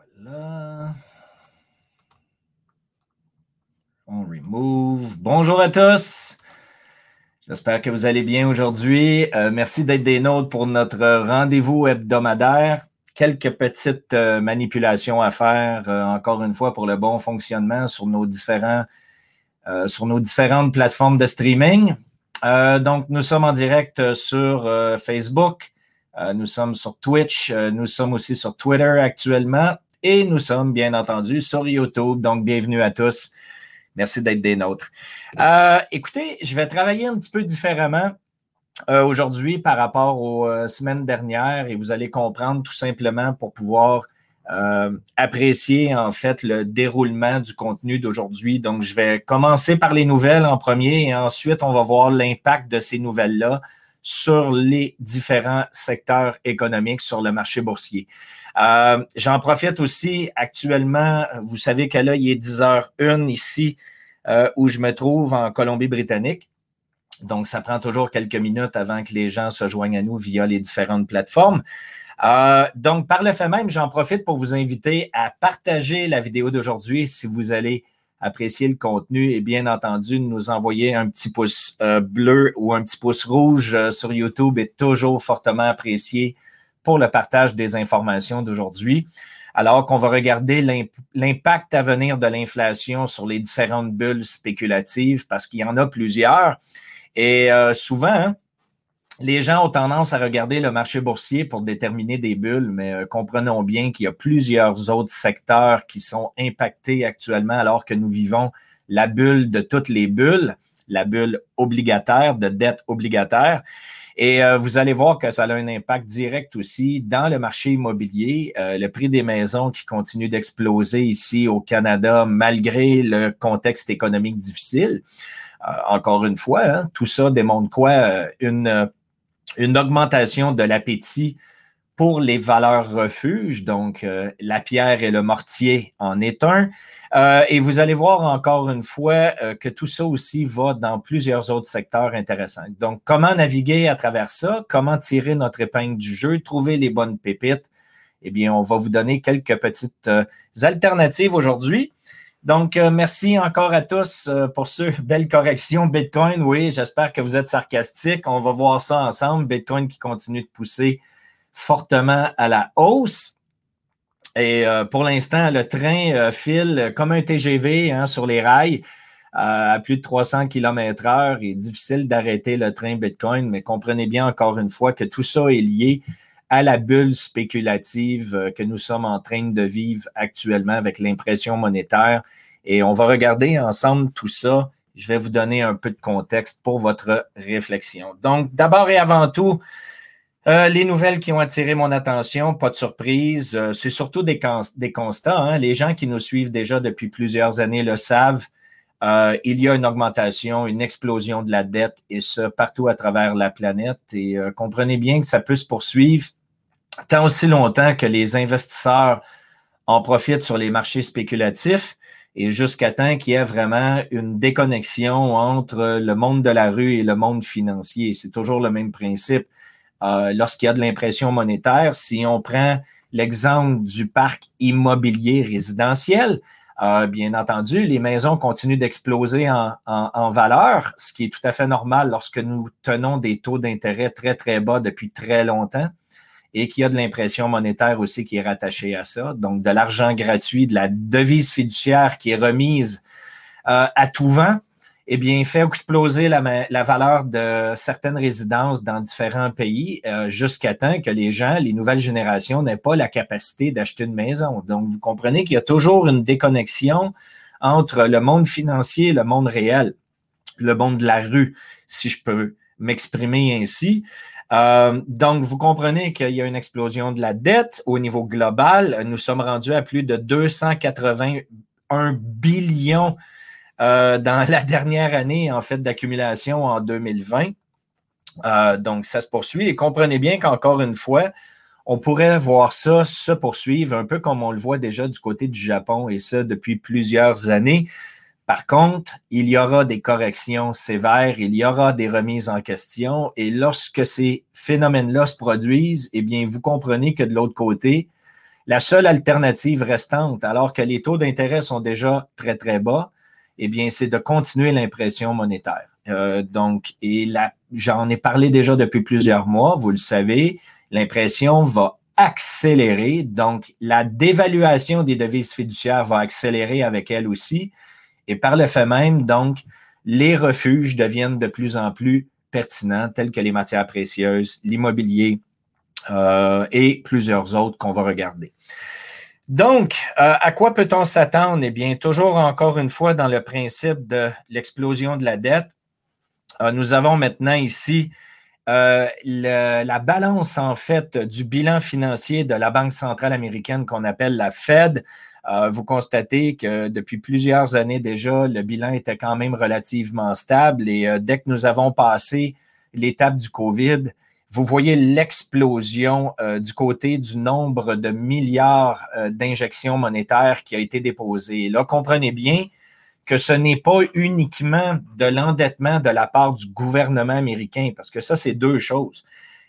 Voilà. On remove. Bonjour à tous. J'espère que vous allez bien aujourd'hui. Merci d'être des nôtres pour notre rendez-vous hebdomadaire. Quelques petites manipulations à faire, encore une fois, pour le bon fonctionnement sur nos différentes plateformes de streaming. Donc, nous sommes en direct sur Facebook. Nous sommes sur Twitch. Nous sommes aussi sur Twitter actuellement. Et nous sommes, bien entendu, sur YouTube. Donc, bienvenue à tous. Merci d'être des nôtres. Écoutez, je vais travailler un petit peu différemment aujourd'hui par rapport aux semaines dernières et vous allez comprendre tout simplement pour pouvoir apprécier en fait le déroulement du contenu d'aujourd'hui. Donc, je vais commencer par les nouvelles en premier et ensuite, on va voir l'impact de ces nouvelles-là sur les différents secteurs économiques sur le marché boursier. J'en profite aussi actuellement, vous savez que là, il est 10h01 ici où je me trouve en Colombie-Britannique. Donc, ça prend toujours quelques minutes avant que les gens se joignent à nous via les différentes plateformes. Donc, par le fait même, j'en profite pour vous inviter à partager la vidéo d'aujourd'hui si vous allez apprécier le contenu et bien entendu, nous envoyer un petit pouce bleu ou un petit pouce rouge sur YouTube est toujours fortement apprécié pour le partage des informations d'aujourd'hui. Alors qu'on va regarder l'impact à venir de l'inflation sur les différentes bulles spéculatives parce qu'il y en a plusieurs. Et souvent, les gens ont tendance à regarder le marché boursier pour déterminer des bulles, mais comprenons bien qu'il y a plusieurs autres secteurs qui sont impactés actuellement alors que nous vivons la bulle de toutes les bulles, la bulle obligataire, de dette obligataire. Et vous allez voir que ça a un impact direct aussi dans le marché immobilier. Le prix des maisons qui continue d'exploser ici au Canada malgré le contexte économique difficile. Encore une fois, hein, tout ça démontre quoi? Une augmentation de l'appétit pour les valeurs refuges. Donc, la pierre et le mortier en est un. Et vous allez voir encore une fois que tout ça aussi va dans plusieurs autres secteurs intéressants. Donc, comment naviguer à travers ça? Comment tirer notre épingle du jeu? Trouver les bonnes pépites? Eh bien, on va vous donner quelques petites alternatives aujourd'hui. Donc, merci encore à tous pour ce belle correction. Bitcoin, oui, j'espère que vous êtes sarcastiques. On va voir ça ensemble. Bitcoin qui continue de pousser fortement à la hausse. Et pour l'instant, le train file comme un TGV hein, sur les rails à plus de 300 km/h. Il est difficile d'arrêter le train Bitcoin, mais comprenez bien encore une fois que tout ça est lié à la bulle spéculative que nous sommes en train de vivre actuellement avec l'impression monétaire. Et on va regarder ensemble tout ça. Je vais vous donner un peu de contexte pour votre réflexion. Donc, d'abord et avant tout, les nouvelles qui ont attiré mon attention, pas de surprise, c'est surtout des constats. Hein. Les gens qui nous suivent déjà depuis plusieurs années le savent. Il y a une augmentation, une explosion de la dette et ça partout à travers la planète. Et comprenez bien que ça peut se poursuivre tant aussi longtemps que les investisseurs en profitent sur les marchés spéculatifs et jusqu'à temps qu'il y ait vraiment une déconnexion entre le monde de la rue et le monde financier. C'est toujours le même principe. Lorsqu'il y a de l'impression monétaire, si on prend l'exemple du parc immobilier résidentiel, bien entendu, les maisons continuent d'exploser en valeur, ce qui est tout à fait normal lorsque nous tenons des taux d'intérêt très, très bas depuis très longtemps et qu'il y a de l'impression monétaire aussi qui est rattachée à ça. Donc, de l'argent gratuit, de la devise fiduciaire qui est remise à tout vent, eh bien, fait exploser la valeur de certaines résidences dans différents pays jusqu'à temps que les gens, les nouvelles générations, n'aient pas la capacité d'acheter une maison. Donc, vous comprenez qu'il y a toujours une déconnexion entre le monde financier et le monde réel, le monde de la rue, si je peux m'exprimer ainsi. Donc, vous comprenez qu'il y a une explosion de la dette au niveau global. Nous sommes rendus à plus de 281 billions dans la dernière année, en fait, d'accumulation en 2020. Donc, ça se poursuit. Et comprenez bien qu'encore une fois, on pourrait voir ça se poursuivre un peu comme on le voit déjà du côté du Japon et ça depuis plusieurs années. Par contre, il y aura des corrections sévères, il y aura des remises en question et lorsque ces phénomènes-là se produisent, eh bien, vous comprenez que de l'autre côté, la seule alternative restante, alors que les taux d'intérêt sont déjà très, très bas, eh bien, c'est de continuer l'impression monétaire. J'en ai parlé déjà depuis plusieurs mois, vous le savez, l'impression va accélérer. Donc, la dévaluation des devises fiduciaires va accélérer avec elle aussi. Et par le fait même, donc, les refuges deviennent de plus en plus pertinents, tels que les matières précieuses, l'immobilier et plusieurs autres qu'on va regarder. Donc, à quoi peut-on s'attendre? Eh bien, toujours encore une fois dans le principe de l'explosion de la dette, nous avons maintenant ici la balance, en fait, du bilan financier de la Banque centrale américaine qu'on appelle la Fed. Vous constatez que depuis plusieurs années déjà, le bilan était quand même relativement stable et dès que nous avons passé l'étape du COVID, vous voyez l'explosion du côté du nombre de milliards d'injections monétaires qui a été déposé. Et là, comprenez bien que ce n'est pas uniquement de l'endettement de la part du gouvernement américain, parce que ça, c'est deux choses.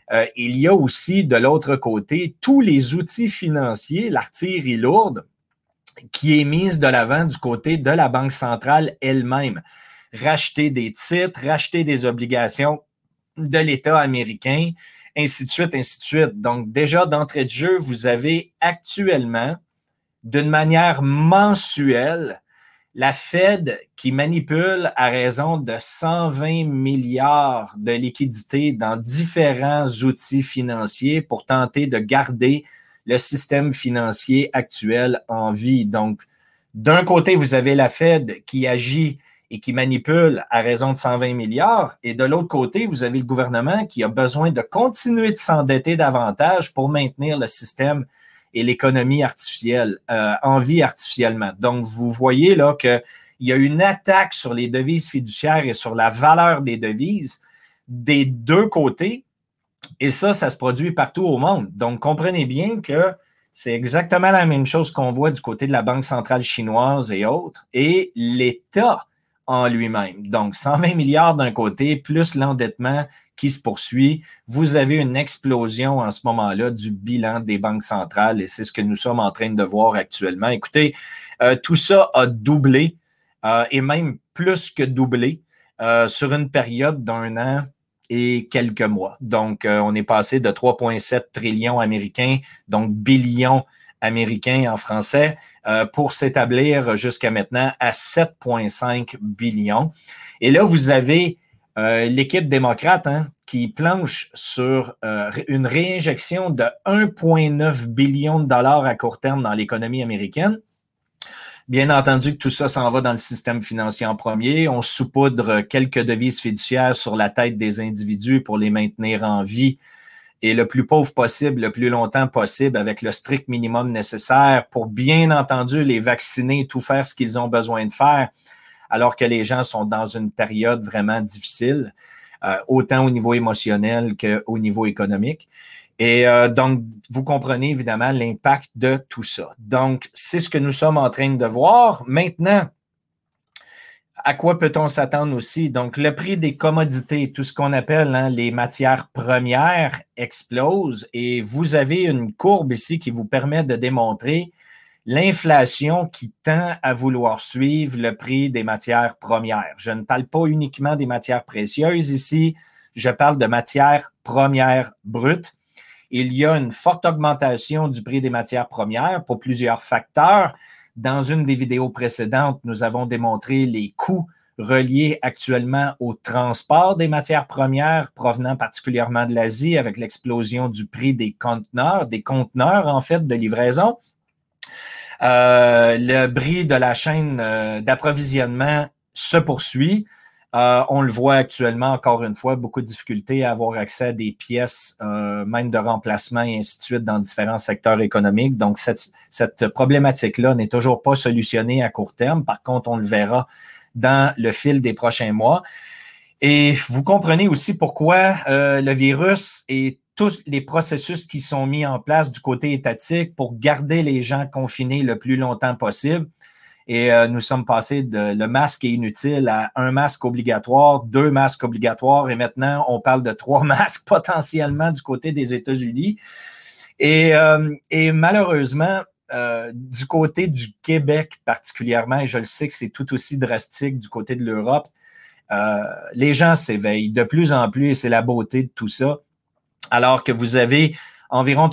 Il y a aussi, de l'autre côté, tous les outils financiers, l'artillerie lourde, qui est mise de l'avant du côté de la Banque centrale elle-même. Racheter des titres, racheter des obligations de l'État américain, ainsi de suite, ainsi de suite. Donc, déjà, d'entrée de jeu, vous avez actuellement, d'une manière mensuelle, la Fed qui manipule à raison de 120 milliards de liquidités dans différents outils financiers pour tenter de garder le système financier actuel en vie. Donc, d'un côté, vous avez la Fed qui agit et qui manipule à raison de 120 milliards, et de l'autre côté, vous avez le gouvernement qui a besoin de continuer de s'endetter davantage pour maintenir le système et l'économie artificielle, en vie artificiellement. Donc, vous voyez là qu'il y a une attaque sur les devises fiduciaires et sur la valeur des devises des deux côtés, et ça se produit partout au monde. Donc, comprenez bien que c'est exactement la même chose qu'on voit du côté de la Banque centrale chinoise et autres, et l'État en lui-même. Donc, 120 milliards d'un côté, plus l'endettement qui se poursuit, vous avez une explosion en ce moment-là du bilan des banques centrales et c'est ce que nous sommes en train de voir actuellement. Écoutez, tout ça a doublé et même plus que doublé sur une période d'1 an et quelques mois. Donc, on est passé de 3,7 trillions américains, donc billions américains en français, pour s'établir jusqu'à maintenant à 7,5 billions. Et là, vous avez l'équipe démocrate qui planche sur une réinjection de 1,9 billion de dollars à court terme dans l'économie américaine. Bien entendu que tout ça s'en va dans le système financier en premier. On saupoudre quelques devises fiduciaires sur la tête des individus pour les maintenir en vie et le plus pauvre possible, le plus longtemps possible, avec le strict minimum nécessaire pour bien entendu les vacciner, tout faire ce qu'ils ont besoin de faire, alors que les gens sont dans une période vraiment difficile, autant au niveau émotionnel qu'au niveau économique. Et donc, vous comprenez évidemment l'impact de tout ça. Donc, c'est ce que nous sommes en train de voir. Maintenant, à quoi peut-on s'attendre aussi? Donc, le prix des commodités, tout ce qu'on appelle les matières premières explose et vous avez une courbe ici qui vous permet de démontrer l'inflation qui tend à vouloir suivre le prix des matières premières. Je ne parle pas uniquement des matières précieuses ici, je parle de matières premières brutes. Il y a une forte augmentation du prix des matières premières pour plusieurs facteurs. Dans une des vidéos précédentes, nous avons démontré les coûts reliés actuellement au transport des matières premières provenant particulièrement de l'Asie avec l'explosion du prix des conteneurs en fait de livraison. Le bris de la chaîne d'approvisionnement se poursuit. On le voit actuellement, encore une fois, beaucoup de difficultés à avoir accès à des pièces, même de remplacement et ainsi de suite dans différents secteurs économiques. Donc, cette problématique-là n'est toujours pas solutionnée à court terme. Par contre, on le verra dans le fil des prochains mois. Et vous comprenez aussi pourquoi le virus et tous les processus qui sont mis en place du côté étatique pour garder les gens confinés le plus longtemps possible. Et nous sommes passés de le masque est inutile à un masque obligatoire, 2 masques obligatoires et maintenant on parle de 3 masques potentiellement du côté des États-Unis. Et malheureusement, du côté du Québec particulièrement, et je le sais que c'est tout aussi drastique du côté de l'Europe, les gens s'éveillent de plus en plus et c'est la beauté de tout ça. Alors que vous avez environ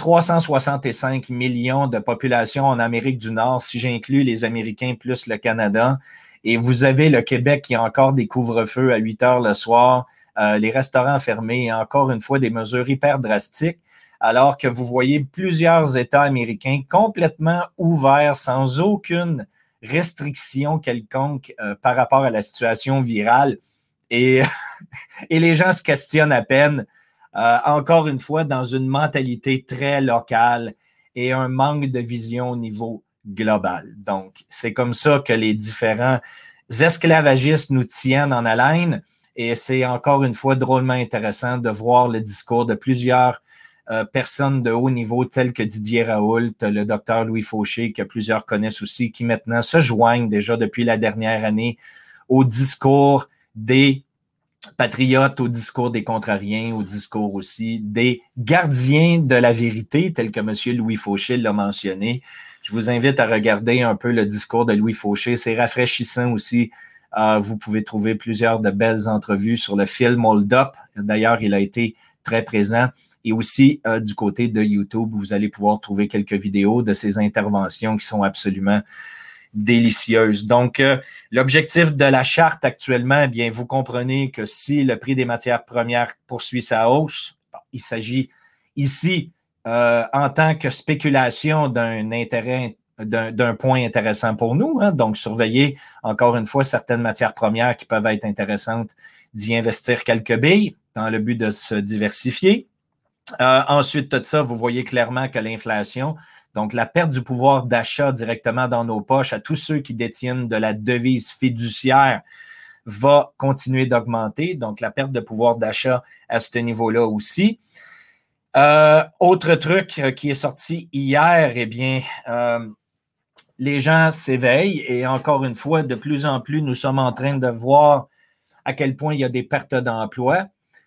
365 millions de population en Amérique du Nord, si j'inclus les Américains plus le Canada, et vous avez le Québec qui a encore des couvre-feux à 8 heures le soir, les restaurants fermés et encore une fois des mesures hyper drastiques, alors que vous voyez plusieurs États américains complètement ouverts sans aucune restriction quelconque par rapport à la situation virale. Et, et les gens se questionnent à peine, encore une fois, dans une mentalité très locale et un manque de vision au niveau global. Donc, c'est comme ça que les différents esclavagistes nous tiennent en haleine. Et c'est encore une fois drôlement intéressant de voir le discours de plusieurs personnes de haut niveau telles que Didier Raoult, le docteur Louis Fauché, que plusieurs connaissent aussi, qui maintenant se joignent déjà depuis la dernière année au discours des patriotes, au discours des contrariens, au discours aussi des gardiens de la vérité, tels que M. Louis Fauché l'a mentionné. Je vous invite à regarder un peu le discours de Louis Fauché. C'est rafraîchissant aussi. Vous pouvez trouver plusieurs de belles entrevues sur le film Hold Up. D'ailleurs, il a été très présent. Et aussi, du côté de YouTube, vous allez pouvoir trouver quelques vidéos de ses interventions qui sont absolument délicieuses. Donc, l'objectif de la charte actuellement, eh bien, vous comprenez que si le prix des matières premières poursuit sa hausse, il s'agit ici, en tant que spéculation d'un intérêt, d'un point intéressant pour nous. Hein? Donc, surveiller, encore une fois, certaines matières premières qui peuvent être intéressantes, d'y investir quelques billes dans le but de se diversifier. Ensuite de ça, vous voyez clairement que l'inflation, donc la perte du pouvoir d'achat directement dans nos poches à tous ceux qui détiennent de la devise fiduciaire va continuer d'augmenter. Donc la perte de pouvoir d'achat à ce niveau-là aussi. Autre truc qui est sorti hier, eh bien, les gens s'éveillent et encore une fois, de plus en plus, nous sommes en train de voir à quel point il y a des pertes d'emplois.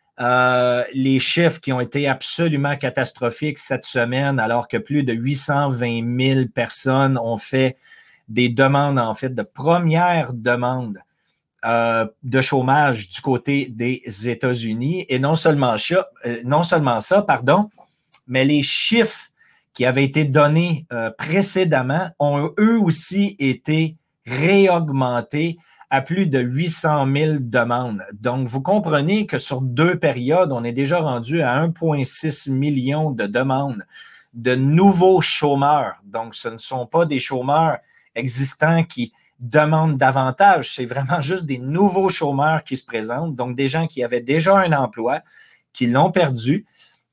Les chiffres qui ont été absolument catastrophiques cette semaine, alors que plus de 820 000 personnes ont fait des demandes, en fait, de première demande de chômage du côté des États-Unis. Et non seulement ça, mais les chiffres qui avaient été donnés précédemment ont eux aussi été réaugmentés à plus de 800 000 demandes. Donc, vous comprenez que sur 2 périodes, on est déjà rendu à 1,6 million de demandes de nouveaux chômeurs. Donc, ce ne sont pas des chômeurs existants qui demandent davantage, c'est vraiment juste des nouveaux chômeurs qui se présentent, donc des gens qui avaient déjà un emploi, qui l'ont perdu.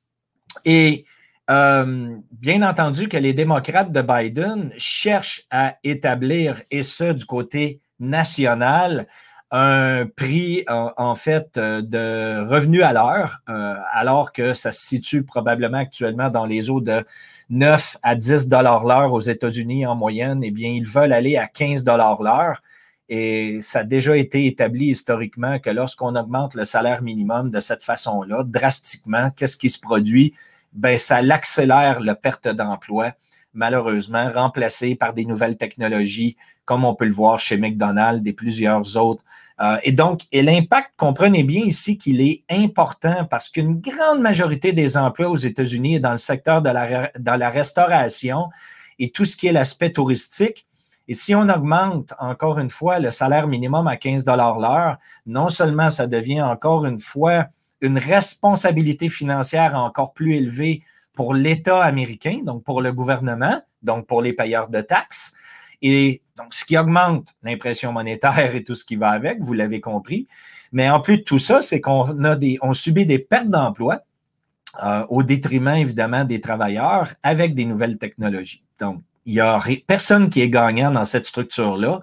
Et bien entendu que les démocrates de Biden cherchent à établir, et ce, du côté national, un prix, en fait, de revenu à l'heure, alors que ça se situe probablement actuellement dans les eaux de 9 à 10 $ l'heure aux États-Unis en moyenne. Eh bien, ils veulent aller à 15 $ l'heure. Et ça a déjà été établi historiquement que lorsqu'on augmente le salaire minimum de cette façon-là, drastiquement, qu'est-ce qui se produit? Ben, ça l'accélère la perte d'emploi, malheureusement, remplacé par des nouvelles technologies, comme on peut le voir chez McDonald's et plusieurs autres. Et donc, l'impact, comprenez bien ici qu'il est important parce qu'une grande majorité des emplois aux États-Unis est dans le secteur de la restauration et tout ce qui est l'aspect touristique. Et si on augmente, encore une fois, le salaire minimum à 15 $ l'heure, non seulement ça devient encore une fois une responsabilité financière encore plus élevée pour l'État américain, donc pour le gouvernement, donc pour les payeurs de taxes, et donc ce qui augmente l'impression monétaire et tout ce qui va avec, vous l'avez compris. Mais en plus de tout ça, c'est on subit des pertes d'emplois au détriment, évidemment, des travailleurs avec des nouvelles technologies. Donc, il n'y a personne qui est gagnant dans cette structure-là.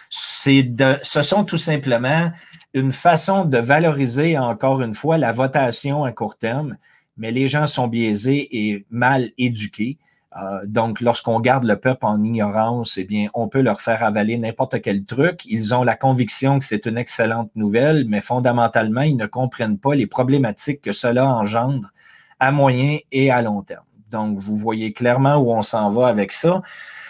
Ce sont tout simplement une façon de valoriser, encore une fois, la votation à court terme, mais les gens sont biaisés et mal éduqués. Donc, lorsqu'on garde le peuple en ignorance, eh bien, on peut leur faire avaler n'importe quel truc. Ils ont la conviction que c'est une excellente nouvelle, mais fondamentalement, ils ne comprennent pas les problématiques que cela engendre à moyen et à long terme. Donc, vous voyez clairement où on s'en va avec ça.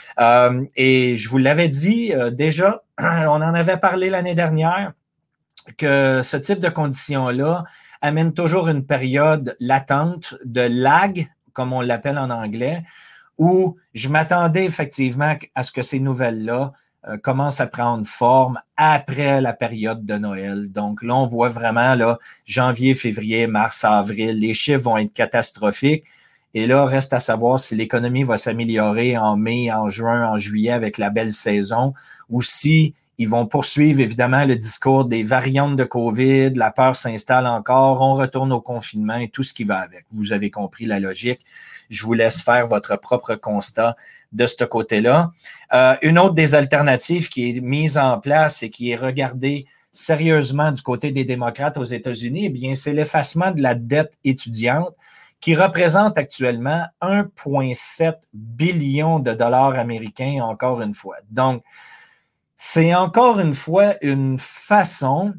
Et je vous l'avais dit déjà, on en avait parlé l'année dernière, que ce type de conditions-là amène toujours une période latente de lag, comme on l'appelle en anglais, où je m'attendais effectivement à ce que ces nouvelles-là commencent à prendre forme après la période de Noël. Donc là, on voit vraiment là, janvier, février, mars, avril, les chiffres vont être catastrophiques. Et là, reste à savoir si l'économie va s'améliorer en mai, en juin, en juillet avec la belle saison, ou si ils vont poursuivre évidemment le discours des variantes de COVID, la peur s'installe encore, on retourne au confinement et tout ce qui va avec. Vous avez compris la logique. Je vous laisse faire votre propre constat de ce côté-là. Une autre des alternatives qui est mise en place et qui est regardée sérieusement du côté des démocrates aux États-Unis, eh bien, c'est l'effacement de la dette étudiante qui représente actuellement 1,7 billion de dollars américains, encore une fois. Donc, c'est encore une fois une façon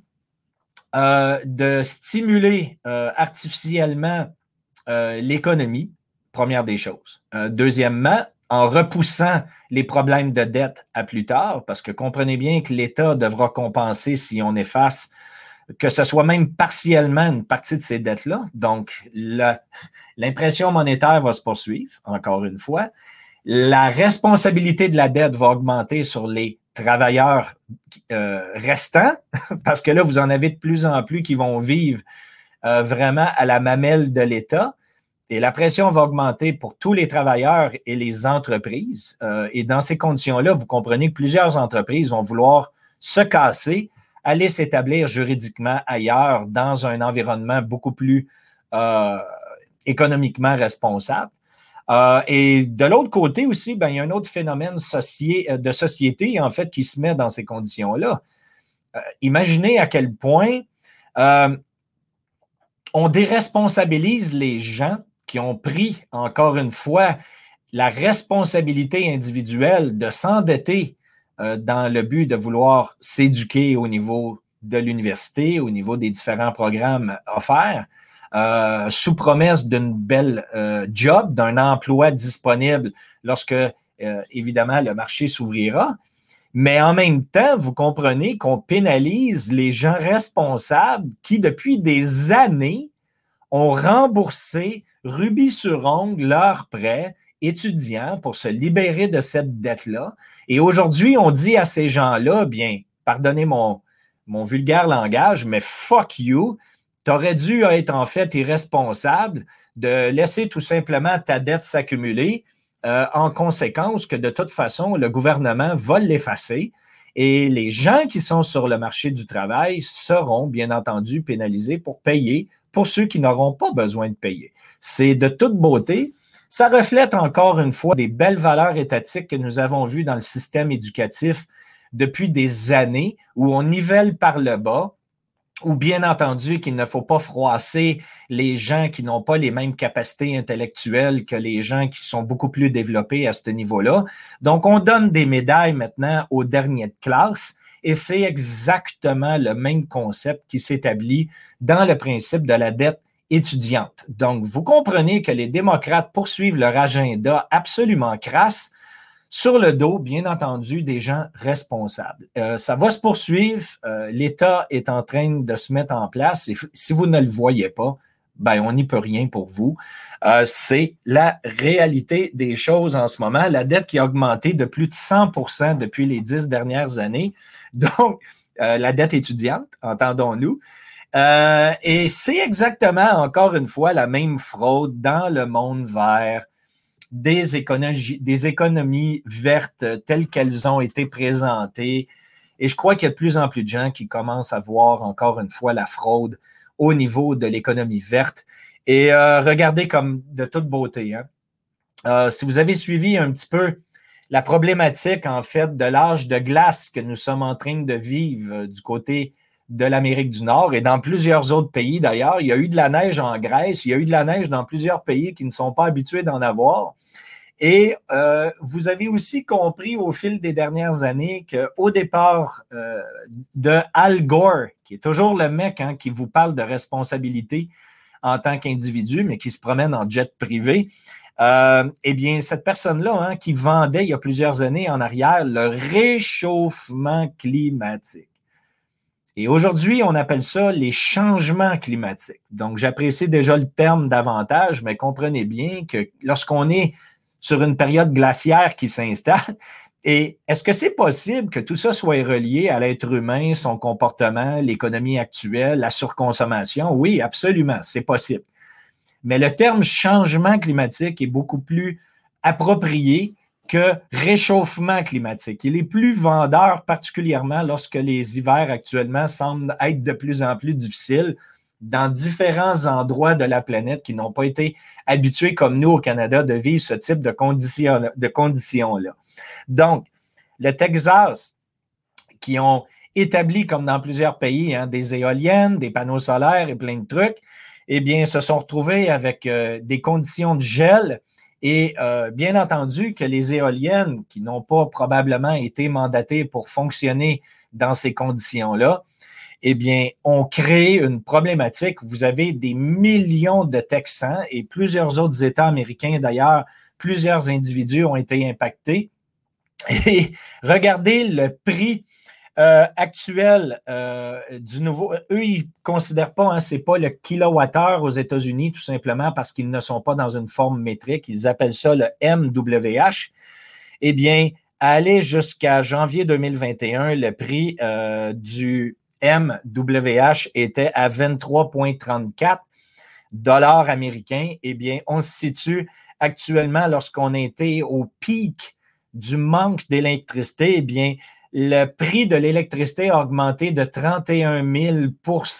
de stimuler artificiellement l'économie, première des choses. Deuxièmement, en repoussant les problèmes de dette à plus tard, parce que comprenez bien que l'État devra compenser si on efface, que ce soit même partiellement une partie de ces dettes-là. Donc, l'impression monétaire va se poursuivre, encore une fois. La responsabilité de la dette va augmenter sur les travailleurs restants, parce que là, vous en avez de plus en plus qui vont vivre vraiment à la mamelle de l'État. Et la pression va augmenter pour tous les travailleurs et les entreprises. Et dans ces conditions-là, vous comprenez que plusieurs entreprises vont vouloir se casser, aller s'établir juridiquement ailleurs dans un environnement beaucoup plus économiquement responsable. Et de l'autre côté aussi, ben, il y a un autre phénomène de société, en fait, qui se met dans ces conditions-là. Imaginez à quel point on déresponsabilise les gens qui ont pris, encore une fois, la responsabilité individuelle de s'endetter dans le but de vouloir s'éduquer au niveau de l'université, au niveau des différents programmes offerts, sous promesse d'une belle job, d'un emploi disponible lorsque, évidemment, le marché s'ouvrira. Mais en même temps, vous comprenez qu'on pénalise les gens responsables qui, depuis des années, ont remboursé rubis sur ongle leurs prêts étudiants pour se libérer de cette dette-là. Et aujourd'hui, on dit à ces gens-là, bien, pardonnez mon vulgaire langage, mais fuck you, tu aurais dû être en fait irresponsable de laisser tout simplement ta dette s'accumuler en conséquence que de toute façon, le gouvernement va l'effacer et les gens qui sont sur le marché du travail seront bien entendu pénalisés pour payer pour ceux qui n'auront pas besoin de payer. C'est de toute beauté. Ça reflète encore une fois des belles valeurs étatiques que nous avons vues dans le système éducatif depuis des années où on nivelle par le bas, ou bien entendu qu'il ne faut pas froisser les gens qui n'ont pas les mêmes capacités intellectuelles que les gens qui sont beaucoup plus développés à ce niveau-là. Donc, on donne des médailles maintenant aux derniers de classe et c'est exactement le même concept qui s'établit dans le principe de la dette étudiante. Donc, vous comprenez que les démocrates poursuivent leur agenda absolument crasse sur le dos, bien entendu, des gens responsables. Ça va se poursuivre. L'État est en train de se mettre en place. Et si vous ne le voyez pas, ben, on n'y peut rien pour vous. C'est la réalité des choses en ce moment. La dette qui a augmenté de plus de 100% depuis les 10 dernières années. Donc, la dette étudiante, entendons-nous. Et c'est exactement, encore une fois, la même fraude dans le monde vert des économies vertes telles qu'elles ont été présentées. Et je crois qu'il y a de plus en plus de gens qui commencent à voir encore une fois la fraude au niveau de l'économie verte. Et regardez comme de toute beauté. Hein. Si vous avez suivi un petit peu la problématique, en fait, de l'âge de glace que nous sommes en train de vivre du côté de l'Amérique du Nord et dans plusieurs autres pays d'ailleurs. Il y a eu de la neige en Grèce, il y a eu de la neige dans plusieurs pays qui ne sont pas habitués d'en avoir. Et vous avez aussi compris au fil des dernières années qu'au départ de Al Gore, qui est toujours le mec qui vous parle de responsabilité en tant qu'individu, mais qui se promène en jet privé, Eh bien, cette personne-là, hein, qui vendait il y a plusieurs années en arrière le réchauffement climatique. Et aujourd'hui, on appelle ça les changements climatiques. Donc, j'apprécie déjà le terme davantage, mais comprenez bien que lorsqu'on est sur une période glaciaire qui s'installe, et est-ce que c'est possible que tout ça soit relié à l'être humain, son comportement, l'économie actuelle, la surconsommation? Oui, absolument, c'est possible. Mais le terme changement climatique est beaucoup plus approprié que réchauffement climatique. Il est plus vendeur, particulièrement lorsque les hivers actuellement semblent être de plus en plus difficiles dans différents endroits de la planète qui n'ont pas été habitués comme nous au Canada de vivre ce type de conditions-là. Donc, le Texas, qui ont établi, comme dans plusieurs pays, hein, des éoliennes, des panneaux solaires et plein de trucs, eh bien, se sont retrouvés avec des conditions de gel et bien entendu que les éoliennes, qui n'ont pas probablement été mandatées pour fonctionner dans ces conditions-là, eh bien, ont créé une problématique. Vous avez des millions de Texans et plusieurs autres États américains, d'ailleurs, plusieurs individus ont été impactés. Et regardez le prix actuel du nouveau. Eux, ils ne considèrent pas, hein, ce n'est pas le kilowattheure aux États-Unis, tout simplement parce qu'ils ne sont pas dans une forme métrique. Ils appellent ça le MWH. Eh bien, aller jusqu'à janvier 2021, le prix du MWH était à 23,34 $ américains. Eh bien, on se situe actuellement, lorsqu'on était au pic du manque d'électricité, eh bien, le prix de l'électricité a augmenté de 31 000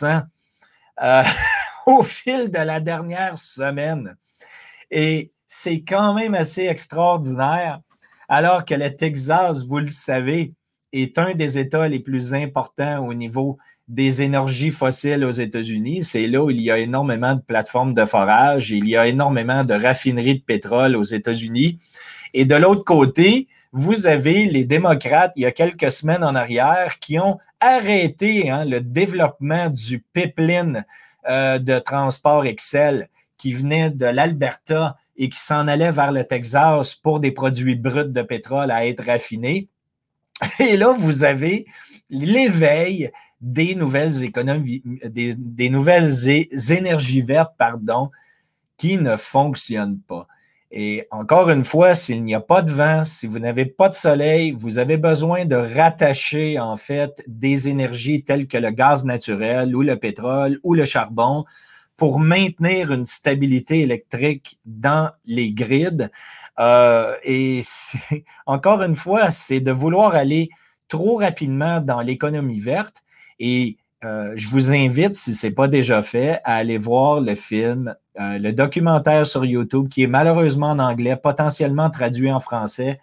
au fil de la dernière semaine. Et c'est quand même assez extraordinaire, alors que le Texas, vous le savez, est un des États les plus importants au niveau des énergies fossiles aux États-Unis. C'est là où il y a énormément de plateformes de forage, il y a énormément de raffineries de pétrole aux États-Unis. Et de l'autre côté, vous avez les démocrates, il y a quelques semaines en arrière, qui ont arrêté, hein, le développement du pipeline de transport Excel qui venait de l'Alberta et qui s'en allait vers le Texas pour des produits bruts de pétrole à être raffinés. Et là, vous avez l'éveil des nouvelles économies, des nouvelles énergies vertes, qui ne fonctionnent pas. Et encore une fois, s'il n'y a pas de vent, si vous n'avez pas de soleil, vous avez besoin de rattacher en fait des énergies telles que le gaz naturel ou le pétrole ou le charbon pour maintenir une stabilité électrique dans les grids. Et encore une fois, c'est de vouloir aller trop rapidement dans l'économie verte. Et je vous invite, si ce n'est pas déjà fait, à aller voir le film, le documentaire sur YouTube qui est malheureusement en anglais, potentiellement traduit en français,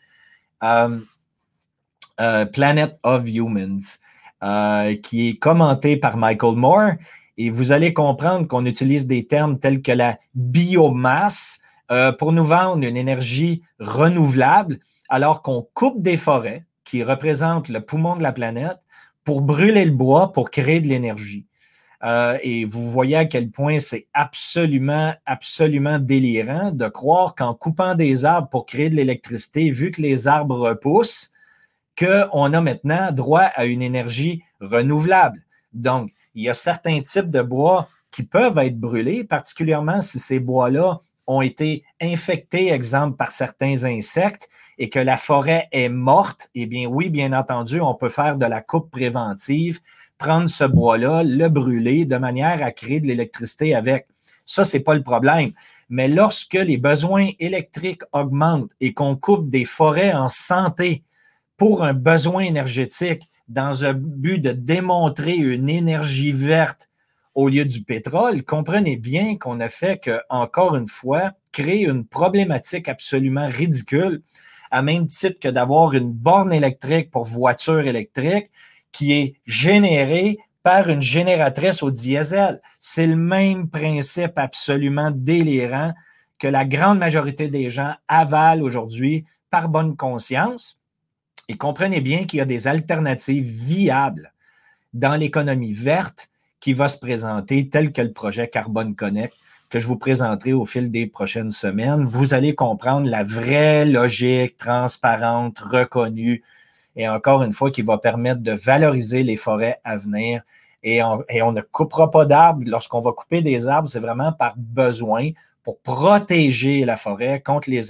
Planet of Humans, qui est commenté par Michael Moore. Et vous allez comprendre qu'on utilise des termes tels que la biomasse pour nous vendre une énergie renouvelable, alors qu'on coupe des forêts qui représentent le poumon de la planète pour brûler le bois, pour créer de l'énergie. Et vous voyez à quel point c'est absolument, absolument délirant de croire qu'en coupant des arbres pour créer de l'électricité, vu que les arbres repoussent, qu'on a maintenant droit à une énergie renouvelable. Donc, il y a certains types de bois qui peuvent être brûlés, particulièrement si ces bois-là ont été infectés, exemple, par certains insectes et que la forêt est morte. Eh bien, oui, bien entendu, on peut faire de la coupe préventive, prendre ce bois-là, le brûler de manière à créer de l'électricité avec. Ça, ce n'est pas le problème. Mais lorsque les besoins électriques augmentent et qu'on coupe des forêts en santé pour un besoin énergétique dans un but de démontrer une énergie verte au lieu du pétrole, comprenez bien qu'on a fait que, encore une fois, créer une problématique absolument ridicule, à même titre que d'avoir une borne électrique pour voiture électrique qui est générée par une génératrice au diesel. C'est le même principe absolument délirant que la grande majorité des gens avalent aujourd'hui par bonne conscience. Et comprenez bien qu'il y a des alternatives viables dans l'économie verte qui va se présenter, tel que le projet Carbone Connect que je vous présenterai au fil des prochaines semaines, vous allez comprendre la vraie logique transparente, reconnue, et encore une fois, qui va permettre de valoriser les forêts à venir. Et on ne coupera pas d'arbres. Lorsqu'on va couper des arbres, c'est vraiment par besoin pour protéger la forêt contre les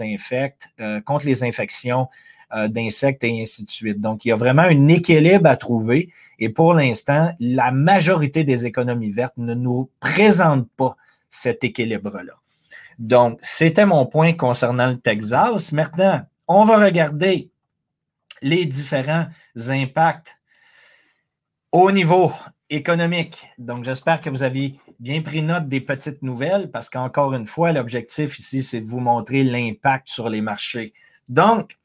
infections d'insectes et ainsi de suite. Donc, il y a vraiment un équilibre à trouver. Et pour l'instant, la majorité des économies vertes ne nous présentent pas cet équilibre-là. Donc, c'était mon point concernant le Texas. Maintenant, on va regarder les différents impacts au niveau économique. Donc, j'espère que vous avez bien pris note des petites nouvelles parce qu'encore une fois, l'objectif ici, c'est de vous montrer l'impact sur les marchés. Donc,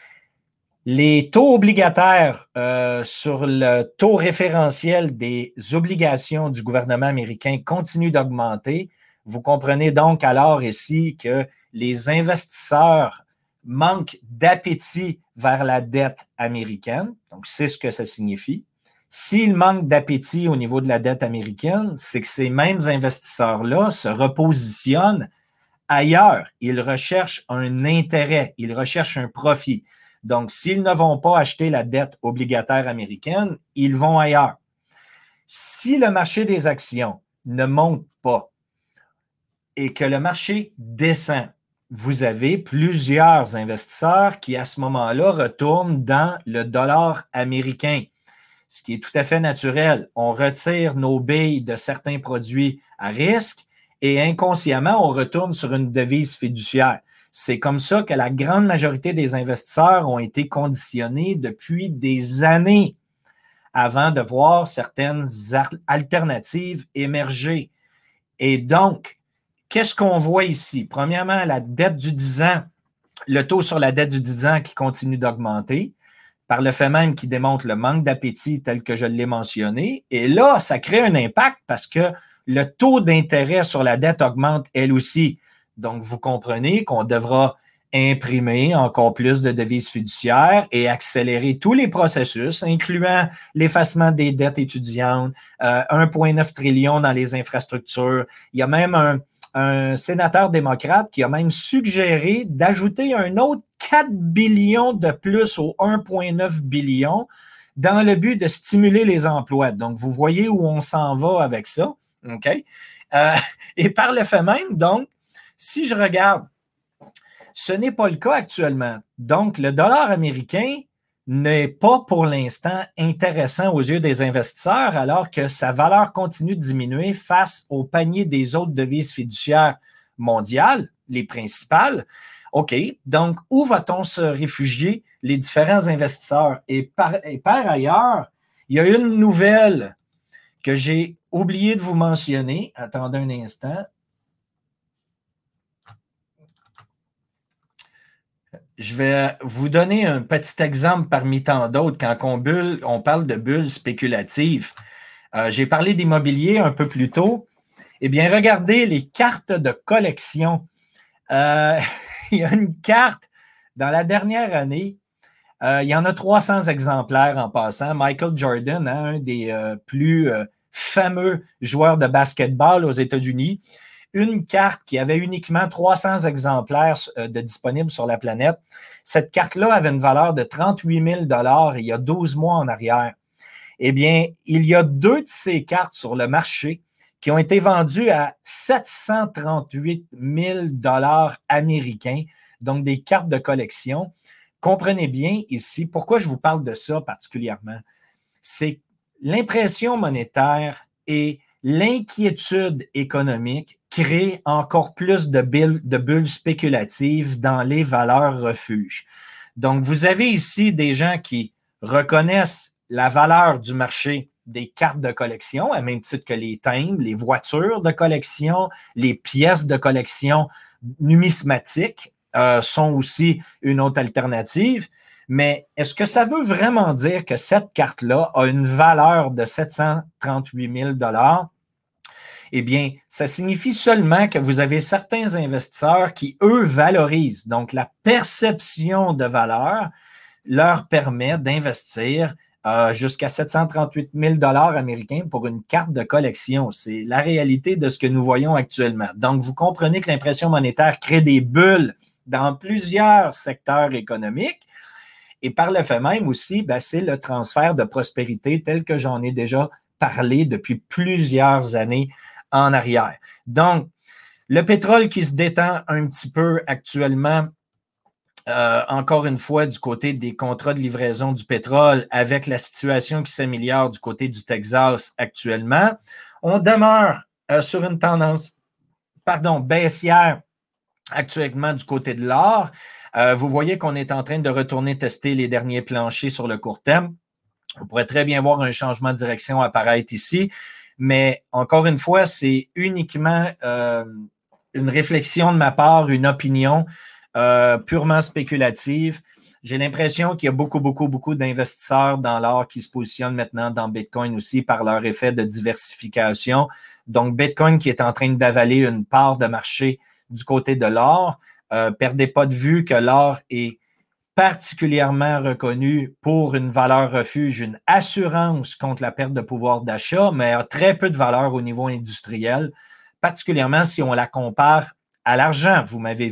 les taux obligataires sur le taux référentiel des obligations du gouvernement américain continuent d'augmenter. Vous comprenez donc alors ici que les investisseurs manquent d'appétit vers la dette américaine. Donc, c'est ce que ça signifie. S'il manque d'appétit au niveau de la dette américaine, c'est que ces mêmes investisseurs-là se repositionnent ailleurs. Ils recherchent un intérêt, ils recherchent un profit. Donc, s'ils ne vont pas acheter la dette obligataire américaine, ils vont ailleurs. Si le marché des actions ne monte pas et que le marché descend, vous avez plusieurs investisseurs qui, à ce moment-là, retournent dans le dollar américain, ce qui est tout à fait naturel. On retire nos billes de certains produits à risque et inconsciemment, on retourne sur une devise fiduciaire. C'est comme ça que la grande majorité des investisseurs ont été conditionnés depuis des années avant de voir certaines alternatives émerger. Et donc, qu'est-ce qu'on voit ici? Premièrement, la dette du 10 ans, le taux sur la dette du 10 ans qui continue d'augmenter, par le fait même qui démontre le manque d'appétit tel que je l'ai mentionné. Et là, ça crée un impact parce que le taux d'intérêt sur la dette augmente elle aussi. Donc, vous comprenez qu'on devra imprimer encore plus de devises fiduciaires et accélérer tous les processus, incluant l'effacement des dettes étudiantes, 1,9 trillion dans les infrastructures. Il y a même un sénateur démocrate qui a même suggéré d'ajouter un autre 4 billions de plus aux 1,9 billion dans le but de stimuler les emplois. Donc, vous voyez où on s'en va avec ça. OK? Et par le fait même, donc, si je regarde, ce n'est pas le cas actuellement. Donc, le dollar américain n'est pas pour l'instant intéressant aux yeux des investisseurs alors que sa valeur continue de diminuer face au panier des autres devises fiduciaires mondiales, les principales. OK, donc où va-t-on se réfugier, les différents investisseurs? Et par ailleurs, il y a une nouvelle que j'ai oublié de vous mentionner. Attendez un instant. Je vais vous donner un petit exemple parmi tant d'autres. Quand on parle de bulles spéculatives, j'ai parlé d'immobilier un peu plus tôt. Eh bien, regardez les cartes de collection. Il y a une carte dans la dernière année. Il y en a 300 exemplaires en passant. Michael Jordan, un des plus fameux joueurs de basketball aux États-Unis, une carte qui avait uniquement 300 exemplaires de disponibles sur la planète. Cette carte-là avait une valeur de 38 000 il y a 12 mois en arrière. Eh bien, il y a 2 de ces cartes sur le marché qui ont été vendues à 738 000 américains, donc des cartes de collection. Comprenez bien ici, pourquoi je vous parle de ça particulièrement, c'est l'impression monétaire et l'inquiétude économique crée encore plus de bulles spéculatives dans les valeurs refuges. Donc, vous avez ici des gens qui reconnaissent la valeur du marché des cartes de collection, à même titre que les timbres, les voitures de collection, les pièces de collection numismatiques sont aussi une autre alternative. Mais est-ce que ça veut vraiment dire que cette carte-là a une valeur de 738 000 $? Eh bien, ça signifie seulement que vous avez certains investisseurs qui, eux, valorisent. Donc, la perception de valeur leur permet d'investir jusqu'à 738 000 américains pour une carte de collection. C'est la réalité de ce que nous voyons actuellement. Donc, vous comprenez que l'impression monétaire crée des bulles dans plusieurs secteurs économiques. Et par le fait même aussi, ben, c'est le transfert de prospérité tel que j'en ai déjà parlé depuis plusieurs années en arrière. Donc, le pétrole qui se détend un petit peu actuellement, encore une fois, du côté des contrats de livraison du pétrole, avec la situation qui s'améliore du côté du Texas actuellement, on demeure sur une tendance baissière actuellement du côté de l'or. Vous voyez qu'on est en train de retourner tester les derniers planchers sur le court terme. On pourrait très bien voir un changement de direction apparaître ici, mais encore une fois, c'est uniquement une réflexion de ma part, une opinion purement spéculative. J'ai l'impression qu'il y a beaucoup d'investisseurs dans l'or qui se positionnent maintenant dans Bitcoin aussi par leur effet de diversification. Donc, Bitcoin qui est en train d'avaler une part de marché du côté de l'or. Perdez pas de vue que l'or est particulièrement reconnu pour une valeur refuge, une assurance contre la perte de pouvoir d'achat, mais a très peu de valeur au niveau industriel, particulièrement si on la compare à l'argent. Vous m'avez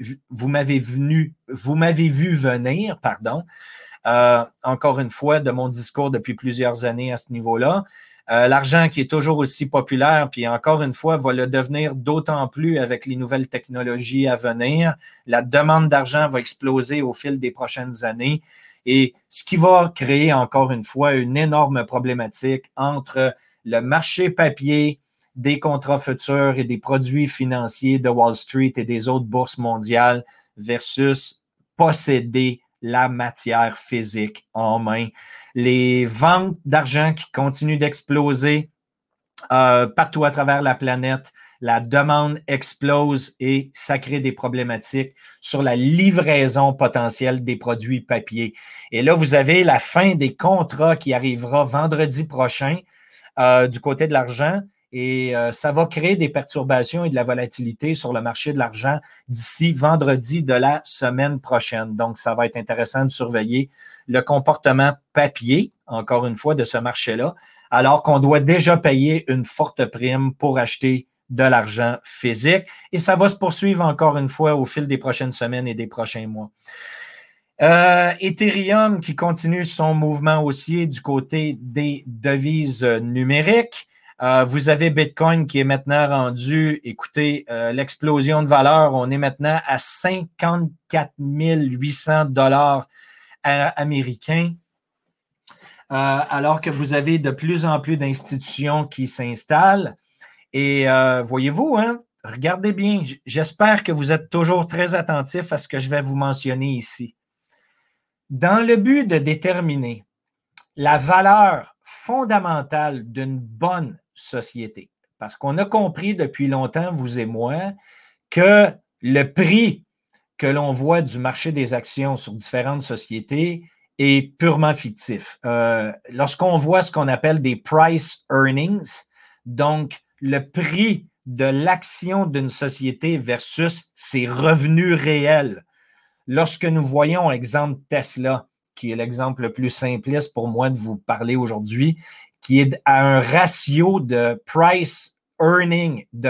vu venir, encore une fois, de mon discours depuis plusieurs années à ce niveau-là. L'argent qui est toujours aussi populaire, puis encore une fois, va le devenir d'autant plus avec les nouvelles technologies à venir. La demande d'argent va exploser au fil des prochaines années et ce qui va créer encore une fois une énorme problématique entre le marché papier, des contrats futurs et des produits financiers de Wall Street et des autres bourses mondiales versus posséder la matière physique en main. Les ventes d'argent qui continuent d'exploser partout à travers la planète. La demande explose et ça crée des problématiques sur la livraison potentielle des produits papier. Et là, vous avez la fin des contrats qui arrivera vendredi prochain du côté de l'argent. Et ça va créer des perturbations et de la volatilité sur le marché de l'argent d'ici vendredi de la semaine prochaine. Donc, ça va être intéressant de surveiller le comportement papier, encore une fois, de ce marché-là, alors qu'on doit déjà payer une forte prime pour acheter de l'argent physique. Et ça va se poursuivre encore une fois au fil des prochaines semaines et des prochains mois. Ethereum qui continue son mouvement haussier du côté des devises numériques. Vous avez Bitcoin qui est maintenant rendu, écoutez, l'explosion de valeur, on est maintenant à 54 800 $ américains, alors que vous avez de plus en plus d'institutions qui s'installent. Et voyez-vous, hein, regardez bien, j'espère que vous êtes toujours très attentifs à ce que je vais vous mentionner ici. Dans le but de déterminer la valeur fondamentale d'une bonne société, parce qu'on a compris depuis longtemps, vous et moi, que le prix que l'on voit du marché des actions sur différentes sociétés est purement fictif. Lorsqu'on voit ce qu'on appelle des price earnings, donc le prix de l'action d'une société versus ses revenus réels, lorsque nous voyons, exemple, Tesla, qui est l'exemple le plus simpliste pour moi de vous parler aujourd'hui, qui est à un ratio de price earning de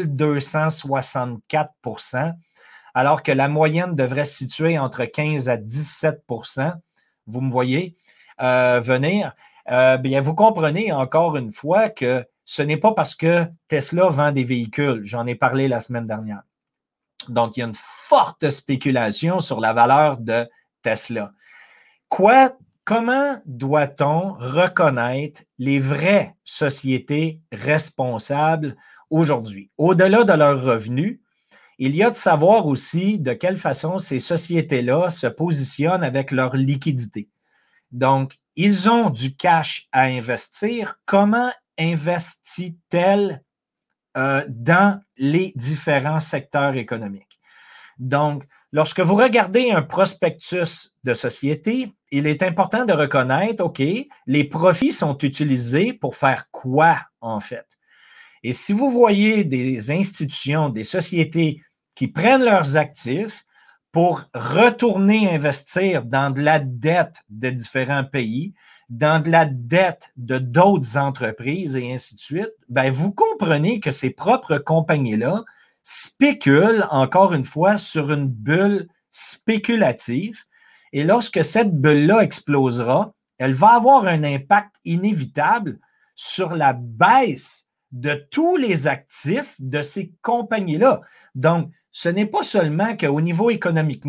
1264 %, alors que la moyenne devrait se situer entre 15 à 17 %. Vous me voyez venir. Bien, vous comprenez encore une fois que ce n'est pas parce que Tesla vend des véhicules. J'en ai parlé la semaine dernière. Donc, il y a une forte spéculation sur la valeur de Tesla. Comment doit-on reconnaître les vraies sociétés responsables aujourd'hui? Au-delà de leurs revenus, il y a de savoir aussi de quelle façon ces sociétés-là se positionnent avec leur liquidité. Donc, ils ont du cash à investir. Comment investissent-elles dans les différents secteurs économiques? Donc, lorsque vous regardez un prospectus de société, il est important de reconnaître, OK, les profits sont utilisés pour faire quoi, en fait? Et si vous voyez des institutions, des sociétés qui prennent leurs actifs pour retourner investir dans de la dette de différents pays, dans de la dette de d'autres entreprises et ainsi de suite, ben vous comprenez que ces propres compagnies-là spéculent, encore une fois, sur une bulle spéculative. Et lorsque cette bulle-là explosera, elle va avoir un impact inévitable sur la baisse de tous les actifs de ces compagnies-là. Donc, ce n'est pas seulement qu'au niveau économique,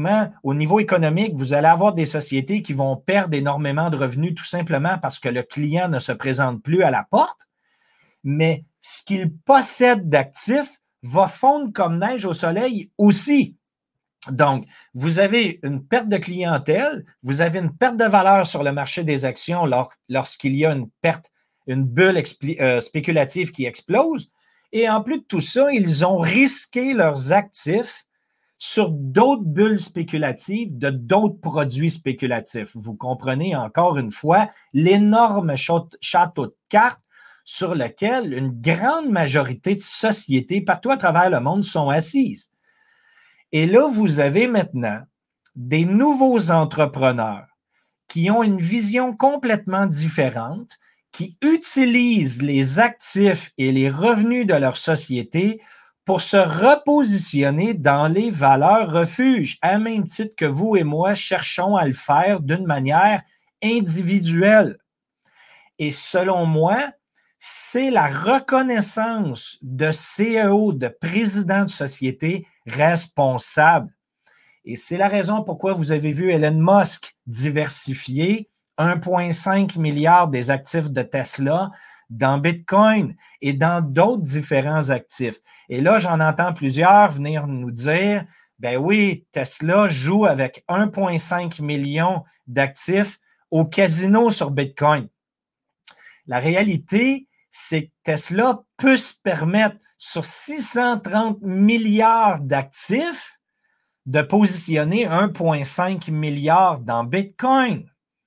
vous allez avoir des sociétés qui vont perdre énormément de revenus tout simplement parce que le client ne se présente plus à la porte, mais ce qu'il possède d'actifs va fondre comme neige au soleil aussi. Donc, vous avez une perte de clientèle, vous avez une perte de valeur sur le marché des actions lorsqu'il y a une bulle spéculative qui explose. Et en plus de tout ça, ils ont risqué leurs actifs sur d'autres bulles spéculatives de d'autres produits spéculatifs. Vous comprenez encore une fois l'énorme château de cartes sur lequel une grande majorité de sociétés partout à travers le monde sont assises. Et là, vous avez maintenant des nouveaux entrepreneurs qui ont une vision complètement différente, qui utilisent les actifs et les revenus de leur société pour se repositionner dans les valeurs refuges, à même titre que vous et moi cherchons à le faire d'une manière individuelle. Et selon moi, c'est la reconnaissance de CEO, de président de société responsable. Et c'est la raison pourquoi vous avez vu Elon Musk diversifier 1,5 milliard des actifs de Tesla dans Bitcoin et dans d'autres différents actifs. Et là, j'en entends plusieurs venir nous dire, ben oui, Tesla joue avec 1,5 million d'actifs au casino sur Bitcoin. La réalité, c'est que Tesla peut se permettre sur 630 milliards d'actifs de positionner 1,5 milliard dans Bitcoin.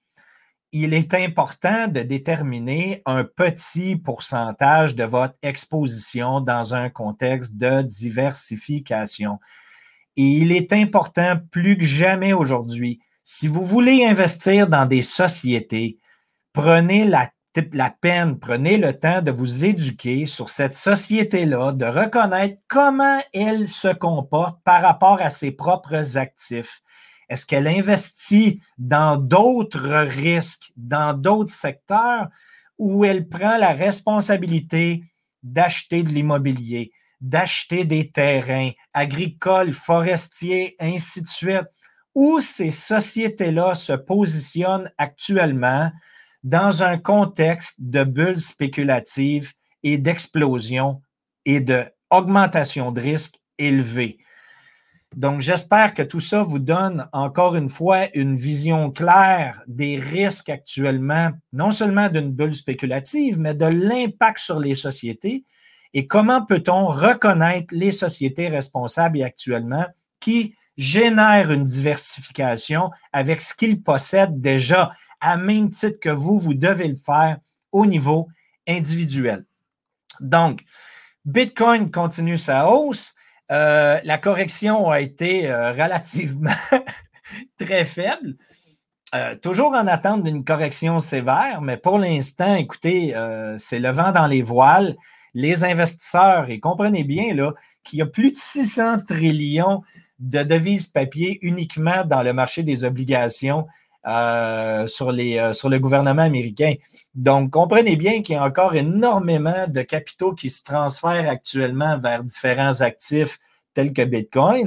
Il est important de déterminer un petit pourcentage de votre exposition dans un contexte de diversification. Et il est important plus que jamais aujourd'hui, si vous voulez investir dans des sociétés, prenez la peine, prenez le temps de vous éduquer sur cette société-là, de reconnaître comment elle se comporte par rapport à ses propres actifs. Est-ce qu'elle investit dans d'autres risques, dans d'autres secteurs, ou elle prend la responsabilité d'acheter de l'immobilier, d'acheter des terrains agricoles, forestiers, ainsi de suite, où ces sociétés-là se positionnent actuellement dans un contexte de bulles spéculatives et d'explosion et d'augmentation de risques élevés. Donc, j'espère que tout ça vous donne encore une fois une vision claire des risques actuellement, non seulement d'une bulle spéculative, mais de l'impact sur les sociétés et comment peut-on reconnaître les sociétés responsables actuellement qui génèrent une diversification avec ce qu'ils possèdent déjà, à même titre que vous devez le faire au niveau individuel. Donc, Bitcoin continue sa hausse. La correction a été relativement très faible. Toujours en attente d'une correction sévère, mais pour l'instant, écoutez, c'est le vent dans les voiles. Les investisseurs, et comprenez bien là, qu'il y a plus de 600 trillions de devises papier uniquement dans le marché des obligations sur le gouvernement américain. Donc, comprenez bien qu'il y a encore énormément de capitaux qui se transfèrent actuellement vers différents actifs tels que Bitcoin.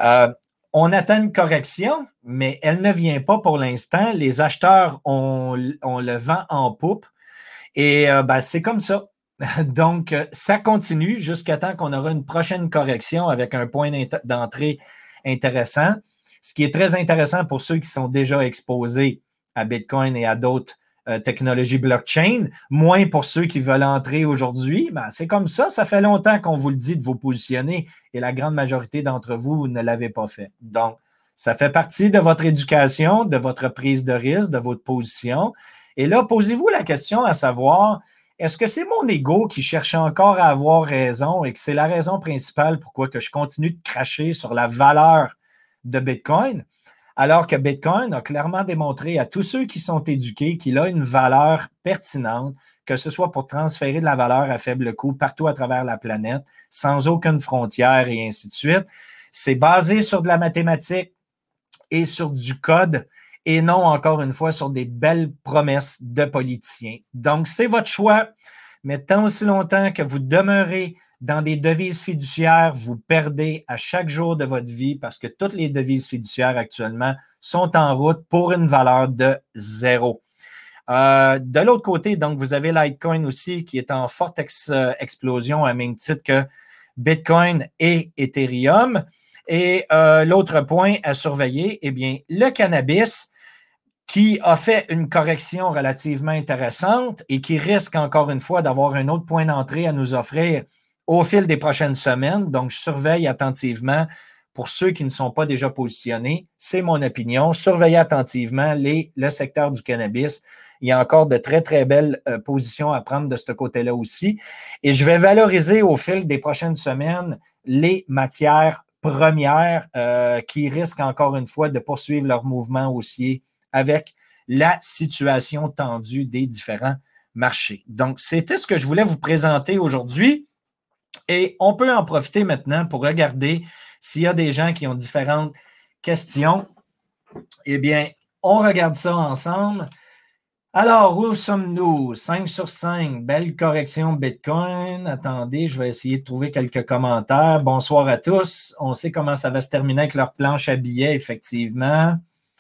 On attend une correction, mais elle ne vient pas pour l'instant. Les acheteurs ont le vent en poupe et c'est comme ça. Donc, ça continue jusqu'à temps qu'on aura une prochaine correction avec un point d'entrée intéressant. Ce qui est très intéressant pour ceux qui sont déjà exposés à Bitcoin et à d'autres technologies blockchain, moins pour ceux qui veulent entrer aujourd'hui. Ben, c'est comme ça, ça fait longtemps qu'on vous le dit de vous positionner et la grande majorité d'entre vous ne l'avez pas fait. Donc, ça fait partie de votre éducation, de votre prise de risque, de votre position. Et là, posez-vous la question à savoir, est-ce que c'est mon ego qui cherche encore à avoir raison et que c'est la raison principale pourquoi que je continue de cracher sur la valeur de Bitcoin, alors que Bitcoin a clairement démontré à tous ceux qui sont éduqués qu'il a une valeur pertinente, que ce soit pour transférer de la valeur à faible coût partout à travers la planète, sans aucune frontière et ainsi de suite. C'est basé sur de la mathématique et sur du code et non, encore une fois, sur des belles promesses de politiciens. Donc, c'est votre choix, mais tant aussi longtemps que vous demeurez dans des devises fiduciaires, vous perdez à chaque jour de votre vie parce que toutes les devises fiduciaires actuellement sont en route pour une valeur de 0. De l'autre côté, donc, vous avez Litecoin aussi qui est en forte explosion à même titre que Bitcoin et Ethereum. Et l'autre point à surveiller, eh bien, le cannabis qui a fait une correction relativement intéressante et qui risque encore une fois d'avoir un autre point d'entrée à nous offrir au fil des prochaines semaines. Donc, je surveille attentivement pour ceux qui ne sont pas déjà positionnés. C'est mon opinion. Surveillez attentivement le secteur du cannabis. Il y a encore de très, très belles positions à prendre de ce côté-là aussi. Et je vais valoriser au fil des prochaines semaines les matières premières qui risquent encore une fois de poursuivre leur mouvement haussier avec la situation tendue des différents marchés. Donc, c'était ce que je voulais vous présenter aujourd'hui et on peut en profiter maintenant pour regarder s'il y a des gens qui ont différentes questions. Eh bien, on regarde ça ensemble. Alors, où sommes-nous? 5 sur 5, belle correction Bitcoin. Attendez, je vais essayer de trouver quelques commentaires. Bonsoir à tous. On sait comment ça va se terminer avec leur planche à billets, effectivement.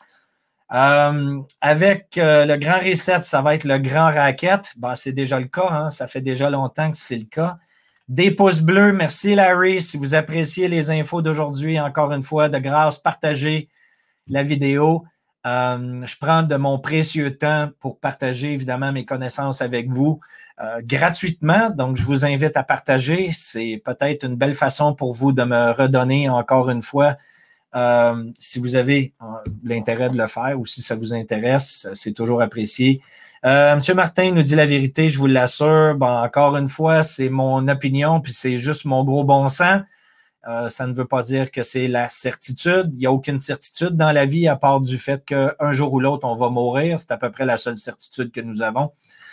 Avec le grand reset, ça va être le grand racket. Ben, c'est déjà le cas, hein? Ça fait déjà longtemps que c'est le cas. Des pouces bleus, merci Larry. Si vous appréciez les infos d'aujourd'hui, encore une fois, de grâce, partagez la vidéo. Je prends de mon précieux temps pour partager évidemment mes connaissances avec vous gratuitement. Donc, je vous invite à partager. C'est peut-être une belle façon pour vous de me redonner encore une fois si vous avez l'intérêt de le faire ou si ça vous intéresse, c'est toujours apprécié. Monsieur Martin nous dit la vérité, je vous l'assure. Bon, encore une fois, c'est mon opinion, puis c'est juste mon gros bon sens. Ça ne veut pas dire que c'est la certitude. Il n'y a aucune certitude dans la vie à part du fait qu'un jour ou l'autre, on va mourir. C'est à peu près la seule certitude que nous avons.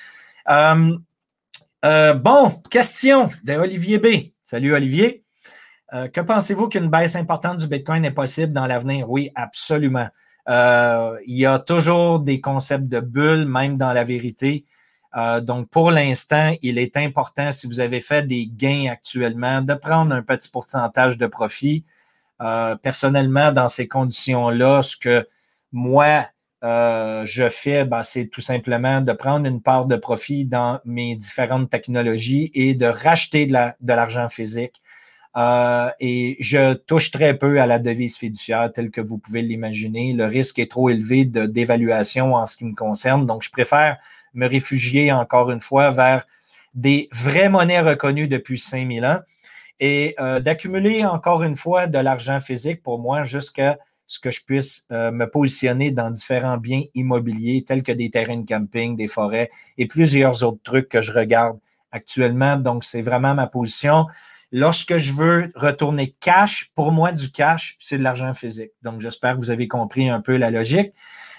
Bon, question d'Olivier B. Salut Olivier. Que pensez-vous qu'une baisse importante du Bitcoin est possible dans l'avenir? Oui, absolument. Il y a toujours des concepts de bulles, même dans la vérité. Donc, pour l'instant, il est important, si vous avez fait des gains actuellement, de prendre un petit pourcentage de profit. Personnellement, dans ces conditions-là, ce que moi, je fais, ben, c'est tout simplement de prendre une part de profit dans mes différentes technologies et de racheter de l'argent physique. Et je touche très peu à la devise fiduciaire telle que vous pouvez l'imaginer. Le risque est trop élevé de dévaluation en ce qui me concerne. Donc, je préfère me réfugier encore une fois vers des vraies monnaies reconnues depuis 5000 ans et d'accumuler encore une fois de l'argent physique pour moi jusqu'à ce que je puisse me positionner dans différents biens immobiliers tels que des terrains de camping, des forêts et plusieurs autres trucs que je regarde actuellement. Donc, c'est vraiment ma position. Lorsque je veux retourner cash, pour moi, du cash, c'est de l'argent physique. Donc, j'espère que vous avez compris un peu la logique.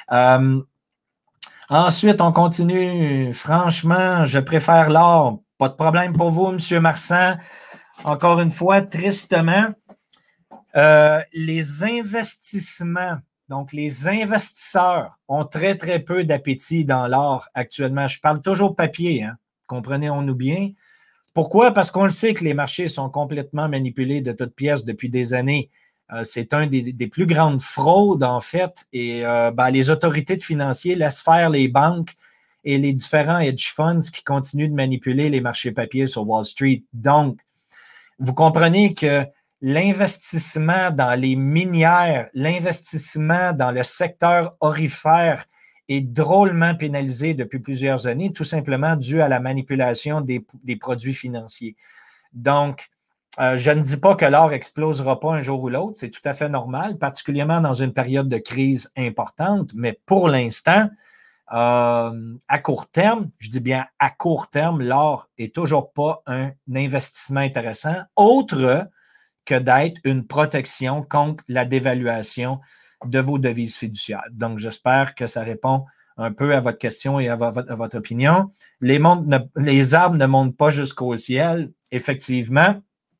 Ensuite, on continue. Franchement, je préfère l'or. Pas de problème pour vous, M. Marsan. Encore une fois, tristement, les investissements, donc les investisseurs ont très, très peu d'appétit dans l'or actuellement. Je parle toujours papier, hein? Comprenez-nous bien. Pourquoi? Parce qu'on le sait que les marchés sont complètement manipulés de toutes pièces depuis des années. C'est un des plus grandes fraudes, en fait. Et les autorités de financiers laissent faire les banques et les différents hedge funds qui continuent de manipuler les marchés papiers sur Wall Street. Donc, vous comprenez que l'investissement dans les minières, l'investissement dans le secteur aurifère est drôlement pénalisé depuis plusieurs années, tout simplement dû à la manipulation des produits financiers. Donc, je ne dis pas que l'or explosera pas un jour ou l'autre, c'est tout à fait normal, particulièrement dans une période de crise importante, mais pour l'instant, à court terme, je dis bien à court terme, l'or n'est toujours pas un investissement intéressant, autre que d'être une protection contre la dévaluation de vos devises fiduciaires. Donc, j'espère que ça répond un peu à votre question et à votre opinion. Les arbres ne montent pas jusqu'au ciel, effectivement.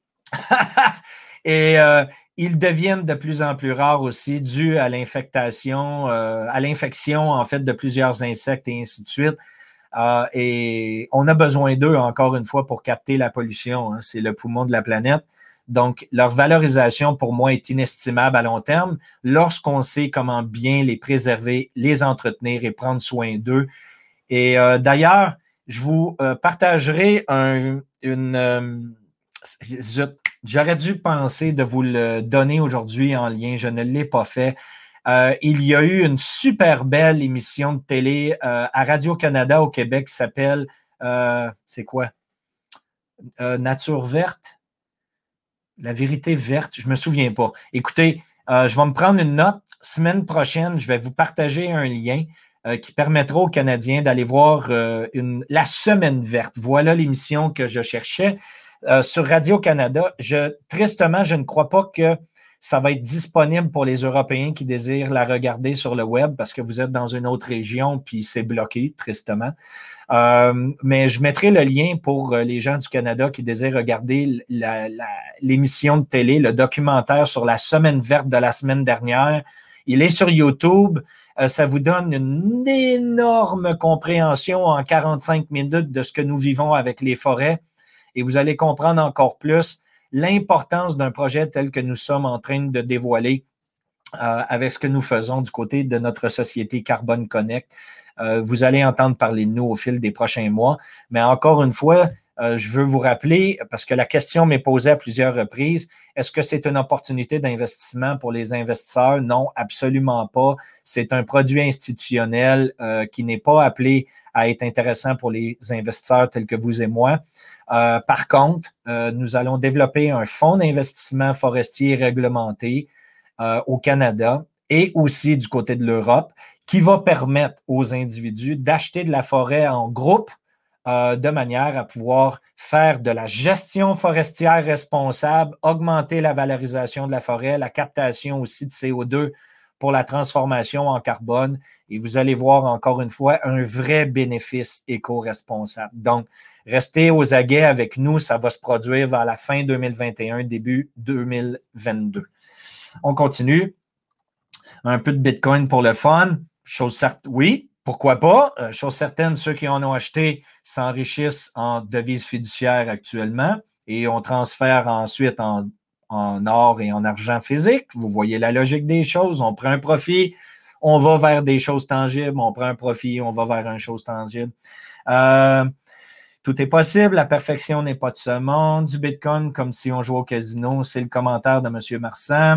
Et ils deviennent de plus en plus rares aussi, dû à l'infection, en fait, de plusieurs insectes et ainsi de suite. Et on a besoin d'eux, encore une fois, pour capter la pollution. Hein. C'est le poumon de la planète. Donc, leur valorisation, pour moi, est inestimable à long terme lorsqu'on sait comment bien les préserver, les entretenir et prendre soin d'eux. Et d'ailleurs, je vous partagerai j'aurais dû penser de vous le donner aujourd'hui en lien. Je ne l'ai pas fait. Il y a eu une super belle émission de télé à Radio-Canada au Québec qui s'appelle, c'est quoi? Nature verte? La vérité verte? Je ne me souviens pas. Écoutez, je vais me prendre une note. Semaine prochaine, je vais vous partager un lien qui permettra aux Canadiens d'aller voir la Semaine verte. Voilà l'émission que je cherchais. Sur Radio-Canada, tristement, je ne crois pas que ça va être disponible pour les Européens qui désirent la regarder sur le web parce que vous êtes dans une autre région puis c'est bloqué, tristement. Mais je mettrai le lien pour les gens du Canada qui désirent regarder l'émission de télé, le documentaire sur la Semaine verte de la semaine dernière. Il est sur YouTube. Ça vous donne une énorme compréhension en 45 minutes de ce que nous vivons avec les forêts. Et vous allez comprendre encore plus l'importance d'un projet tel que nous sommes en train de dévoiler avec ce que nous faisons du côté de notre société Carbone Connect. Vous allez entendre parler de nous au fil des prochains mois. Mais encore une fois, je veux vous rappeler, parce que la question m'est posée à plusieurs reprises, est-ce que c'est une opportunité d'investissement pour les investisseurs? Non, absolument pas. C'est un produit institutionnel qui n'est pas appelé à être intéressant pour les investisseurs tels que vous et moi. Par contre, nous allons développer un fonds d'investissement forestier réglementé au Canada et aussi du côté de l'Europe qui va permettre aux individus d'acheter de la forêt en groupe de manière à pouvoir faire de la gestion forestière responsable, augmenter la valorisation de la forêt, la captation aussi de CO2 pour la transformation en carbone. Et vous allez voir encore une fois un vrai bénéfice éco-responsable. Donc, restez aux aguets avec nous. Ça va se produire vers la fin 2021, début 2022. On continue. Un peu de Bitcoin pour le fun. Chose certaine, oui, pourquoi pas? Chose certaine, ceux qui en ont acheté s'enrichissent en devises fiduciaires actuellement et on transfère ensuite en or et en argent physique. Vous voyez la logique des choses. On prend un profit, on va vers des choses tangibles. On prend un profit, on va vers une chose tangible. Tout est possible. La perfection n'est pas de ce monde. Du Bitcoin, comme si on jouait au casino, c'est le commentaire de M. Marsan.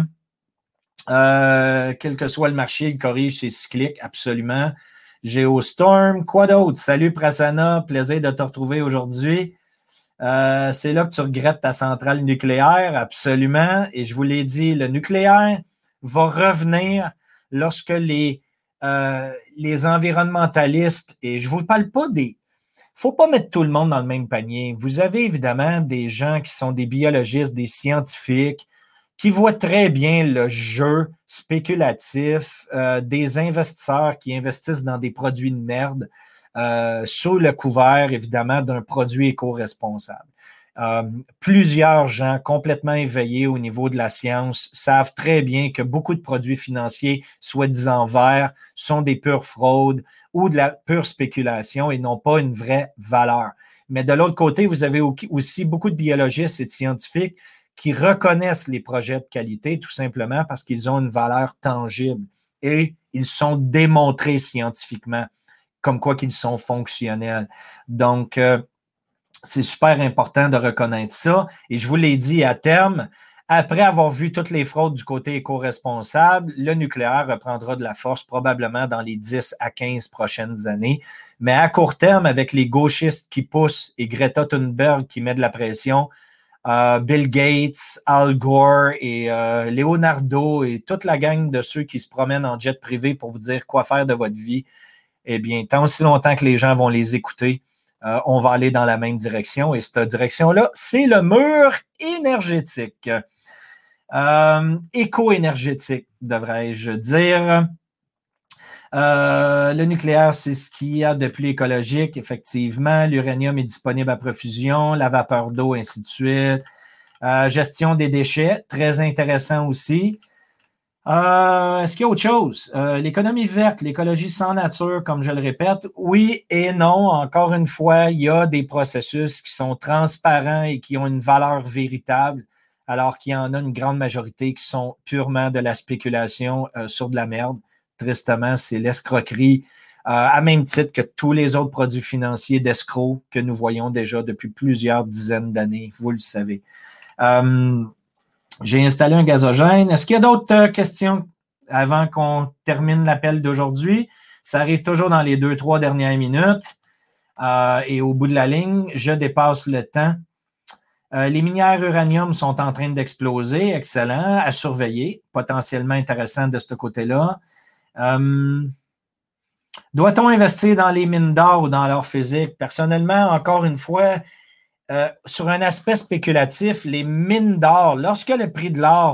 Quel que soit le marché, il corrige ses cycliques, absolument. Geostorm, quoi d'autre? Salut Prasanna, plaisir de te retrouver aujourd'hui. C'est là que tu regrettes ta centrale nucléaire, absolument. Et je vous l'ai dit, le nucléaire va revenir lorsque les environnementalistes, et je ne vous parle pas des... Il ne faut pas mettre tout le monde dans le même panier. Vous avez évidemment des gens qui sont des biologistes, des scientifiques, qui voient très bien le jeu spéculatif des investisseurs qui investissent dans des produits de merde sous le couvert, évidemment, d'un produit éco-responsable. Plusieurs gens complètement éveillés au niveau de la science savent très bien que beaucoup de produits financiers, soi-disant verts, sont des pures fraudes ou de la pure spéculation et n'ont pas une vraie valeur. Mais de l'autre côté, vous avez aussi beaucoup de biologistes et de scientifiques qui reconnaissent les projets de qualité tout simplement parce qu'ils ont une valeur tangible et ils sont démontrés scientifiquement comme quoi qu'ils sont fonctionnels. Donc, c'est super important de reconnaître ça. Et je vous l'ai dit, à terme, après avoir vu toutes les fraudes du côté éco-responsable, le nucléaire reprendra de la force probablement dans les 10 à 15 prochaines années. Mais à court terme, avec les gauchistes qui poussent et Greta Thunberg qui met de la pression, Bill Gates, Al Gore et Leonardo et toute la gang de ceux qui se promènent en jet privé pour vous dire quoi faire de votre vie, eh bien, tant aussi longtemps que les gens vont les écouter, on va aller dans la même direction. Et cette direction-là, c'est le mur énergétique. Éco-énergétique, devrais-je dire. Le nucléaire, c'est ce qu'il y a de plus écologique, effectivement. L'uranium est disponible à profusion, la vapeur d'eau, ainsi de suite. Gestion des déchets, très intéressant aussi. Est-ce qu'il y a autre chose? L'économie verte, l'écologie sans nature, comme je le répète, oui et non. Encore une fois, il y a des processus qui sont transparents et qui ont une valeur véritable, alors qu'il y en a une grande majorité qui sont purement de la spéculation sur de la merde. Tristement, c'est l'escroquerie, à même titre que tous les autres produits financiers d'escrocs que nous voyons déjà depuis plusieurs dizaines d'années, vous le savez. J'ai installé un gazogène. Est-ce qu'il y a d'autres questions avant qu'on termine l'appel d'aujourd'hui? Ça arrive toujours dans les 2-3 dernières minutes. Et au bout de la ligne, je dépasse le temps. Les minières uranium sont en train d'exploser. Excellent. À surveiller. Potentiellement intéressant de ce côté-là. Doit-on investir dans les mines d'or ou dans l'or physique? Personnellement, encore une fois, sur un aspect spéculatif, les mines d'or, lorsque le prix de l'or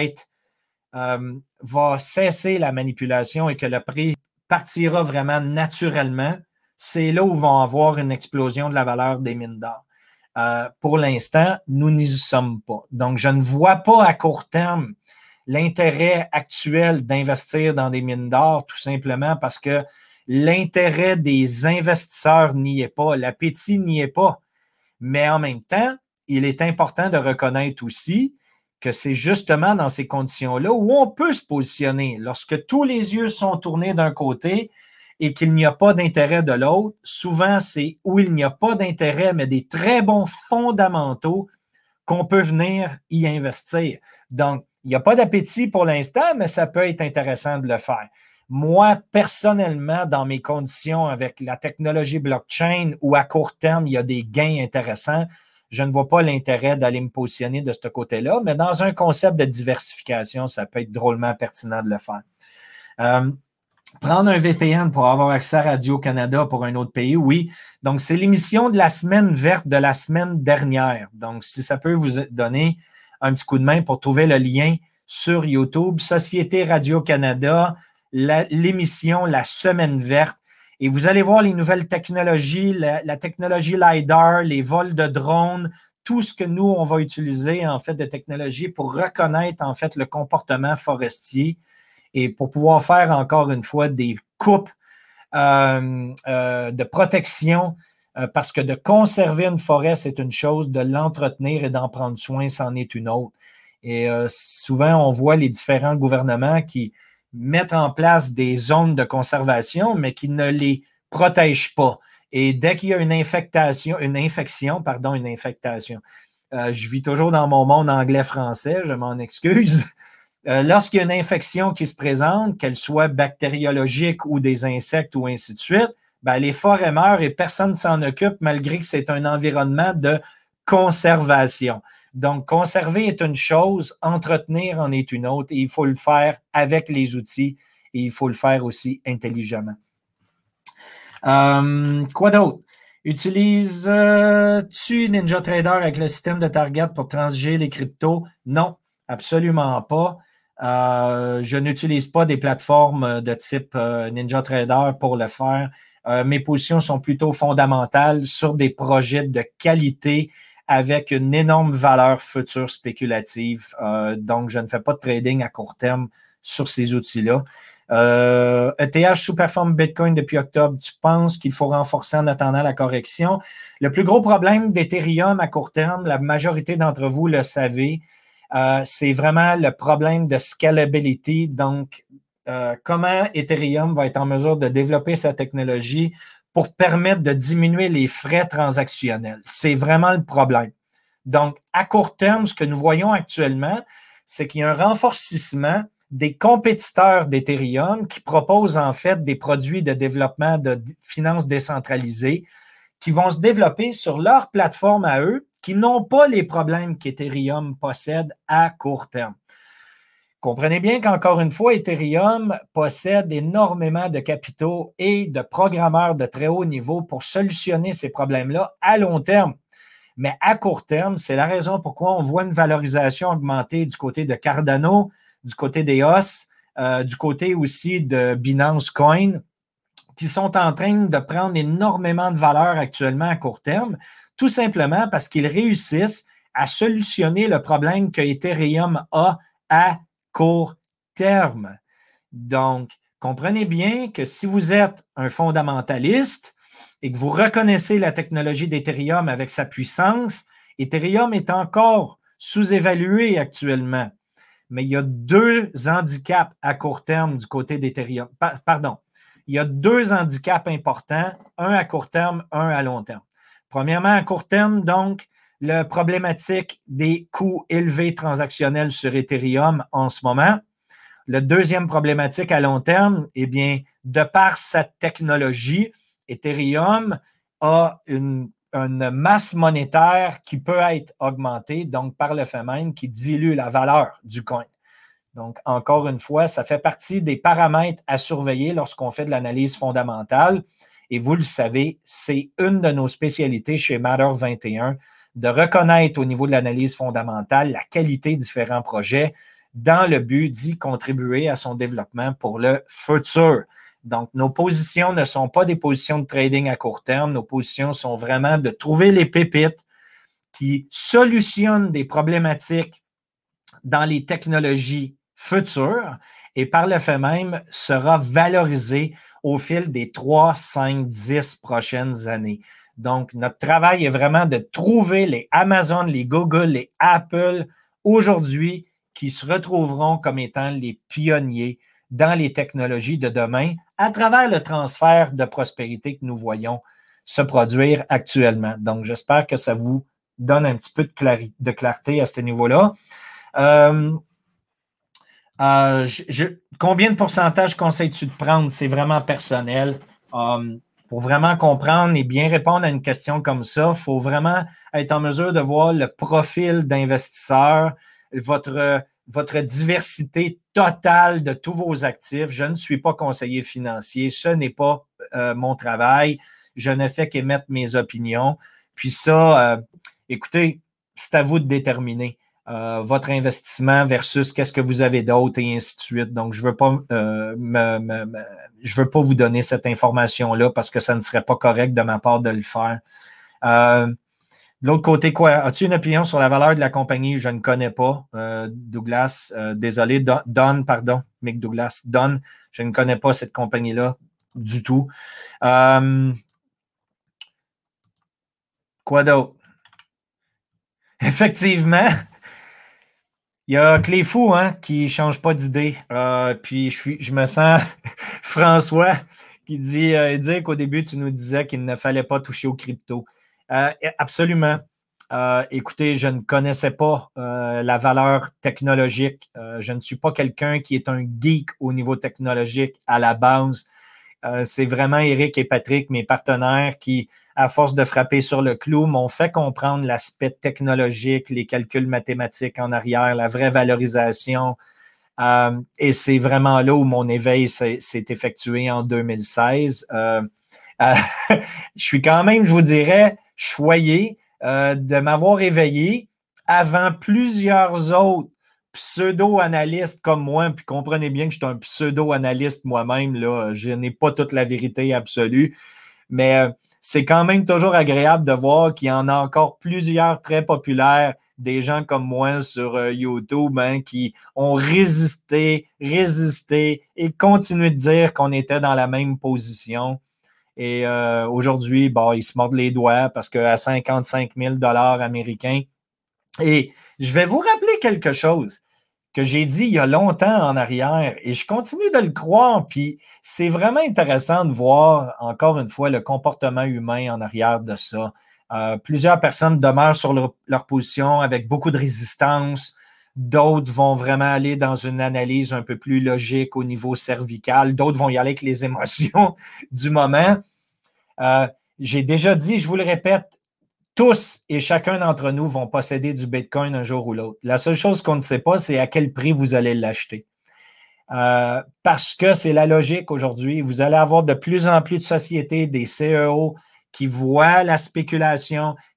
va cesser la manipulation et que le prix partira vraiment naturellement, c'est là où vont avoir une explosion de la valeur des mines d'or. Pour l'instant, nous n'y sommes pas. Donc, je ne vois pas à court terme l'intérêt actuel d'investir dans des mines d'or, tout simplement parce que l'intérêt des investisseurs n'y est pas, l'appétit n'y est pas. Mais en même temps, il est important de reconnaître aussi que c'est justement dans ces conditions-là où on peut se positionner. Lorsque tous les yeux sont tournés d'un côté et qu'il n'y a pas d'intérêt de l'autre, souvent c'est où il n'y a pas d'intérêt, mais des très bons fondamentaux qu'on peut venir y investir. Donc, il n'y a pas d'appétit pour l'instant, mais ça peut être intéressant de le faire. Moi, personnellement, dans mes conditions avec la technologie blockchain où à court terme, il y a des gains intéressants, je ne vois pas l'intérêt d'aller me positionner de ce côté-là, mais dans un concept de diversification, ça peut être drôlement pertinent de le faire. Prendre un VPN pour avoir accès à Radio-Canada pour un autre pays, oui. Donc, c'est l'émission de la semaine verte de la semaine dernière. Donc, si ça peut vous donner un petit coup de main pour trouver le lien sur YouTube, Société Radio-Canada, l'émission La Semaine verte. Et vous allez voir les nouvelles technologies, la technologie LiDAR, les vols de drones, tout ce que nous, on va utiliser en fait de technologie pour reconnaître en fait le comportement forestier et pour pouvoir faire encore une fois des coupes de protection parce que de conserver une forêt, c'est une chose, de l'entretenir et d'en prendre soin, c'en est une autre. Et souvent, on voit les différents gouvernements qui mettent en place des zones de conservation, mais qui ne les protègent pas. Et dès qu'il y a une infection, je vis toujours dans mon monde anglais-français, je m'en excuse. Lorsqu'il y a une infection qui se présente, qu'elle soit bactériologique ou des insectes ou ainsi de suite, ben, les forêts meurent et personne ne s'en occupe malgré que c'est un environnement de conservation. Donc, conserver est une chose, entretenir en est une autre et il faut le faire avec les outils et il faut le faire aussi intelligemment. Quoi d'autre? Utilises-tu NinjaTrader avec le système de target pour transiger les cryptos? Non, absolument pas. Je n'utilise pas des plateformes de type NinjaTrader pour le faire. Mes positions sont plutôt fondamentales sur des projets de qualité avec une énorme valeur future spéculative. Donc, je ne fais pas de trading à court terme sur ces outils-là. ETH sous-performe Bitcoin depuis octobre. Tu penses qu'il faut renforcer en attendant la correction? Le plus gros problème d'Ethereum à court terme, la majorité d'entre vous le savez, c'est vraiment le problème de scalability. Donc, comment Ethereum va être en mesure de développer sa technologie pour permettre de diminuer les frais transactionnels. C'est vraiment le problème. Donc, à court terme, ce que nous voyons actuellement, c'est qu'il y a un renforcissement des compétiteurs d'Ethereum qui proposent en fait des produits de développement de finances décentralisées qui vont se développer sur leur plateforme à eux, qui n'ont pas les problèmes qu'Ethereum possède à court terme. Comprenez bien qu'encore une fois, Ethereum possède énormément de capitaux et de programmeurs de très haut niveau pour solutionner ces problèmes-là à long terme. Mais à court terme, c'est la raison pourquoi on voit une valorisation augmenter du côté de Cardano, du côté d'EOS, du côté aussi de Binance Coin, qui sont en train de prendre énormément de valeur actuellement à court terme, tout simplement parce qu'ils réussissent à solutionner le problème que Ethereum a à court terme. Donc, comprenez bien que si vous êtes un fondamentaliste et que vous reconnaissez la technologie d'Ethereum avec sa puissance, Ethereum est encore sous-évalué actuellement. Mais il y a deux handicaps à court terme du côté d'Ethereum. Pardon. Il y a deux handicaps importants, un à court terme, un à long terme. Premièrement, à court terme, donc, la problématique des coûts élevés transactionnels sur Ethereum en ce moment. La deuxième problématique à long terme, eh bien, de par sa technologie, Ethereum a une masse monétaire qui peut être augmentée, donc par le fait même qui dilue la valeur du coin. Donc, encore une fois, ça fait partie des paramètres à surveiller lorsqu'on fait de l'analyse fondamentale. Et vous le savez, c'est une de nos spécialités chez Matter 21 de reconnaître au niveau de l'analyse fondamentale la qualité de différents projets dans le but d'y contribuer à son développement pour le futur. Donc, nos positions ne sont pas des positions de trading à court terme. Nos positions sont vraiment de trouver les pépites qui solutionnent des problématiques dans les technologies futures et par le fait même sera valorisé au fil des 3, 5, 10 prochaines années. Donc, notre travail est vraiment de trouver les Amazon, les Google, les Apple aujourd'hui qui se retrouveront comme étant les pionniers dans les technologies de demain à travers le transfert de prospérité que nous voyons se produire actuellement. Donc, j'espère que ça vous donne un petit peu de clarté à ce niveau-là. Combien de pourcentage conseilles-tu de prendre? C'est vraiment personnel. Pour vraiment comprendre et bien répondre à une question comme ça, il faut vraiment être en mesure de voir le profil d'investisseur, votre diversité totale de tous vos actifs. Je ne suis pas conseiller financier. Ce n'est pas mon travail. Je ne fais qu'émettre mes opinions. Puis ça, écoutez, c'est à vous de déterminer. Votre investissement versus qu'est-ce que vous avez d'autre et ainsi de suite. Donc, je ne veux pas je veux pas vous donner cette information-là parce que ça ne serait pas correct de ma part de le faire. De l'autre côté, quoi? As-tu une opinion sur la valeur de la compagnie? Je ne connais pas. Douglas, désolé. Mick Douglas. Je ne connais pas cette compagnie-là du tout. Quoi d'autre? Effectivement, il y a Cléfou qui ne change pas d'idée. Puis je me sens François qui dit qu'au début, tu nous disais qu'il ne fallait pas toucher aux cryptos. Absolument. Écoutez, je ne connaissais pas la valeur technologique. Je ne suis pas quelqu'un qui est un geek au niveau technologique à la base. C'est vraiment Eric et Patrick, mes partenaires, qui, à force de frapper sur le clou, m'ont fait comprendre l'aspect technologique, les calculs mathématiques en arrière, la vraie valorisation. Et c'est vraiment là où mon éveil s'est effectué en 2016. Je suis quand même, je vous dirais, choyé de m'avoir éveillé avant plusieurs autres pseudo-analystes comme moi, puis comprenez bien que je suis un pseudo-analyste moi-même, là, je n'ai pas toute la vérité absolue, mais c'est quand même toujours agréable de voir qu'il y en a encore plusieurs très populaires, des gens comme moi sur YouTube qui ont résisté et continué de dire qu'on était dans la même position. Et aujourd'hui, ils se mordent les doigts parce qu'à 55 000 $ américains. Et je vais vous rappeler quelque chose que j'ai dit il y a longtemps en arrière et je continue de le croire. Puis c'est vraiment intéressant de voir, encore une fois, le comportement humain en arrière de ça. Plusieurs personnes demeurent sur leur position avec beaucoup de résistance. D'autres vont vraiment aller dans une analyse un peu plus logique au niveau cervical. D'autres vont y aller avec les émotions du moment. J'ai déjà dit, je vous le répète, tous et chacun d'entre nous vont posséder du Bitcoin un jour ou l'autre. La seule chose qu'on ne sait pas, c'est à quel prix vous allez l'acheter. Parce que c'est la logique aujourd'hui. Vous allez avoir de plus en plus de sociétés, des CEO, qui voient la spéculation,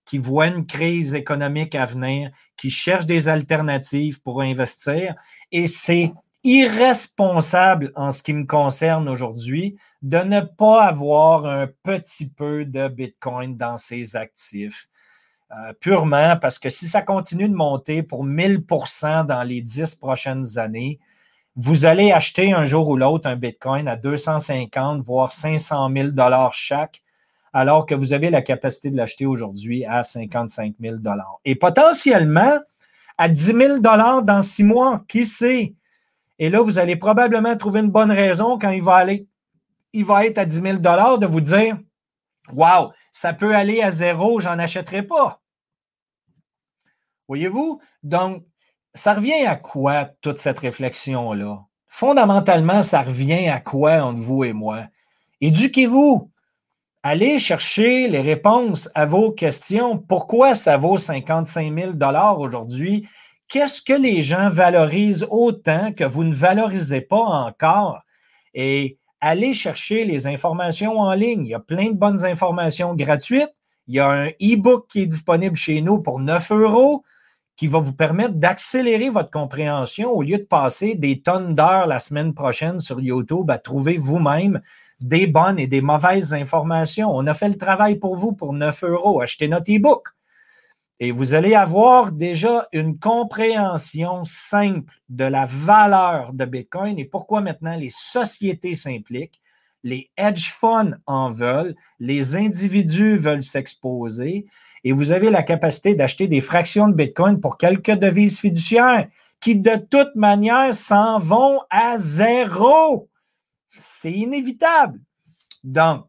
qui voient une crise économique à venir, qui cherchent des alternatives pour investir. Et c'est irresponsable en ce qui me concerne aujourd'hui de ne pas avoir un petit peu de Bitcoin dans ses actifs. Purement parce que si ça continue de monter pour 1000% dans les 10 prochaines années, vous allez acheter un jour ou l'autre un Bitcoin à 250, voire 500 000 $ chaque, alors que vous avez la capacité de l'acheter aujourd'hui à 55 000 $. Et potentiellement, à 10 000 $ dans 6 mois, qui sait? Et là, vous allez probablement trouver une bonne raison quand il va être à 10 000 $ de vous dire « Wow, ça peut aller à zéro, j'en achèterai pas. » Voyez-vous? Donc, ça revient à quoi toute cette réflexion-là? Fondamentalement, ça revient à quoi entre vous et moi? Éduquez-vous. Allez chercher les réponses à vos questions. Pourquoi ça vaut 55 000 $ aujourd'hui? Qu'est-ce que les gens valorisent autant que vous ne valorisez pas encore? Et allez chercher les informations en ligne. Il y a plein de bonnes informations gratuites. Il y a un e-book qui est disponible chez nous pour 9 € qui va vous permettre d'accélérer votre compréhension au lieu de passer des tonnes d'heures la semaine prochaine sur YouTube à trouver vous-même des bonnes et des mauvaises informations. On a fait le travail pour vous pour 9 €. Achetez notre e-book. Et vous allez avoir déjà une compréhension simple de la valeur de Bitcoin et pourquoi maintenant les sociétés s'impliquent, les hedge funds en veulent, les individus veulent s'exposer et vous avez la capacité d'acheter des fractions de Bitcoin pour quelques devises fiduciaires qui de toute manière s'en vont à zéro. C'est inévitable. Donc,